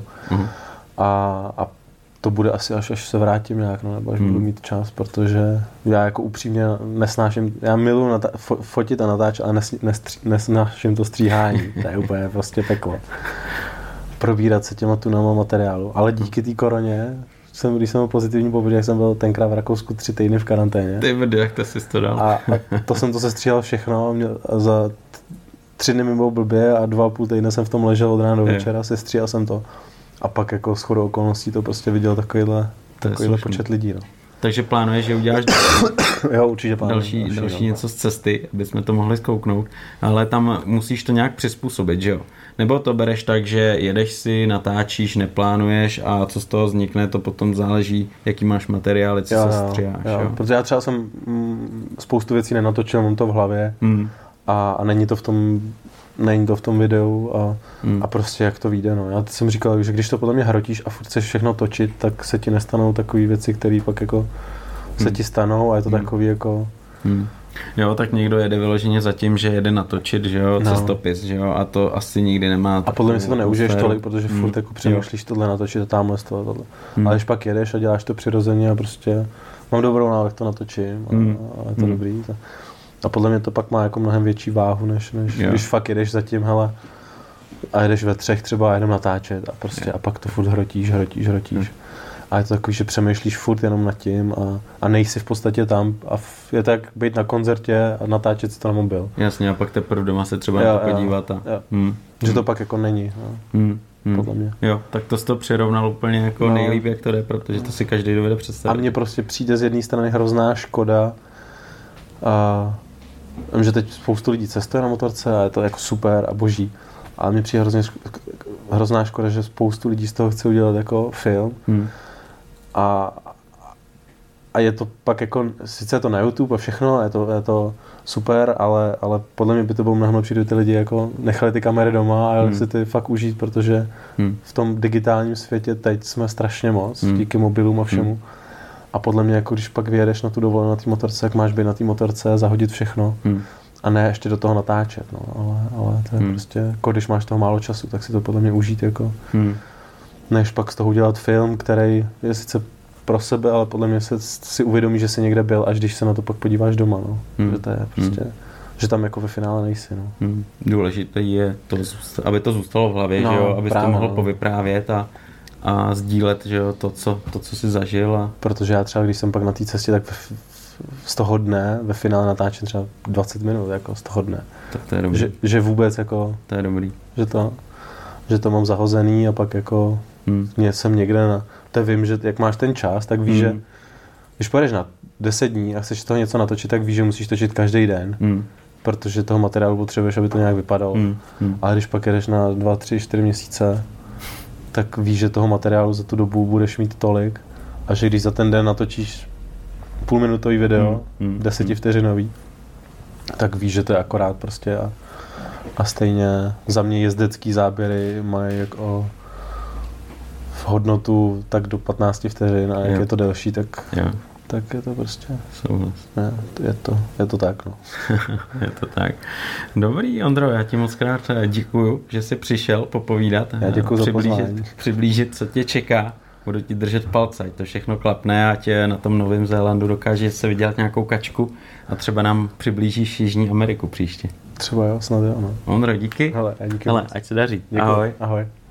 A to bude asi až se vrátím nějak, no, nebo až budu mít čas, protože já jako upřímně nesnáším, já miluji fotit a natáčet, ale nesnáším to stříhání. To je úplně prostě peklo. Probírat se těma tunama materiálu. Ale díky té koroně, když jsem byl pozitivní pobyt, jak jsem byl tenkrát v Rakousku 3 týdny v karanténě. Ty vede, jak to jsi to dal. A to jsem to sestříhal všechno. Za 3 dny mi bylo blbě a 2,5 týdne jsem v tom ležel od rána do večera, sestříhal jsem to. A pak jako shodou okolností to prostě viděl takovýhle počet lidí. No. Takže plánuješ, že uděláš jo, určitě další něco z cesty, aby jsme to mohli zkouknout, ale tam musíš to nějak přizpůsobit, že jo? Nebo to bereš tak, že jedeš si, natáčíš, neplánuješ a co z toho vznikne, to potom záleží, jaký máš materiály, co se stříháš. Jo. Protože já třeba jsem spoustu věcí nenatočil, mám to v hlavě a není to v tom videu a prostě jak to vyjde. No. Já jsem říkal, že když to potom mě hrotíš a furt chceš všechno točit, tak se ti nestanou takové věci, které pak jako se ti stanou a je to takový jako... Jo, tak někdo jede vyloženě za tím, že jede natočit, že jo, cestopis, že jo, a to asi nikdy nemá. A podle mě si to neužiješ tolik, protože furt jako přemýšlíš tohle natočit a tamhle z toho tohle. Ale když pak jedeš a děláš to přirozeně a prostě mám dobrou náladu, to natočím a je to dobrý. A podle mě to pak má jako mnohem větší váhu, než když fakt jedeš za tím, hele, a jedeš ve 3 třeba a jedem natáčet a prostě a pak to furt hrotíš. A je to takový, že přemýšlíš furt jenom nad tím a nejsi v podstatě tam a je to jak být na koncertě a natáčet si to na mobil. Jasně, a pak teprve doma se třeba na to podívat. Že to pak jako není, podle mě. Jo, tak to jsi to přirovnal úplně jako nejlíp, jak to jde, protože to si každý dovede představit. A mně prostě přijde z jedné strany hrozná škoda a vím, že teď spoustu lidí cestuje na motorce a je to jako super a boží. Ale mně přijde hrozná škoda, že spoustu lidí z toho chce udělat jako film. A je to pak jako, sice je to na YouTube a všechno, je to super, ale podle mě by to bylo mnohem lepší, kdyby ty lidi jako nechali ty kamery doma a jeli si ty fakt užít, protože v tom digitálním světě teď jsme strašně moc, díky mobilům a všemu. A podle mě, jako když pak vyjedeš na tu dovolenou na té motorce, jak máš být na té motorce, zahodit všechno a ne ještě do toho natáčet, no. Ale to je prostě, jako když máš toho málo času, tak si to podle mě užít, jako než pak z toho udělat film, který je sice pro sebe, ale podle mě si uvědomí, že jsi někde byl, až když se na to pak podíváš doma, no. Že to je prostě, že tam jako ve finále nejsi, no. Důležité je to, aby to zůstalo v hlavě, že jo, abys to mohl povyprávět a sdílet, že jo, to, co jsi zažil. A... Protože já třeba, když jsem pak na té cestě, tak z toho dne ve finále natáčím třeba 20 minut, jako z toho dne. Tak to je dobrý. Že vůbec jako... To je dobrý. Že to mám zahozený a pak jako jsem někde na... To vím, že jak máš ten čas, tak víš, že když pojedeš na 10 dní a chceš z toho něco natočit, tak víš, že musíš točit každý den. Protože toho materiálu potřebuješ, aby to nějak vypadalo. Ale když pak jedeš na 2, 3, 4 měsíce, tak víš, že toho materiálu za tu dobu budeš mít tolik a že když za ten den natočíš půlminutový video, 10 vteřinový, tak víš, že to je akorát prostě a stejně za mě jezdecký záběry mají jako v hodnotu tak do 15 vteřin a jak je to delší, tak tak je to prostě... Souhlas. Je to tak, no. Je to tak. Dobrý, Ondro, já ti moc krát děkuju, že jsi přišel popovídat. Já děkuju za pozvání. Přiblížit, co tě čeká. Budu ti držet palce, ať to všechno klapne a tě na tom Novém Zélandu dokáže se vydělat nějakou kačku a třeba nám přiblížíš Jižní Ameriku příště. Třeba jo, snad jo, no. Ondro, díky. Hele, díky. Hele, ať se daří. Děkuju. Ahoj. Ahoj.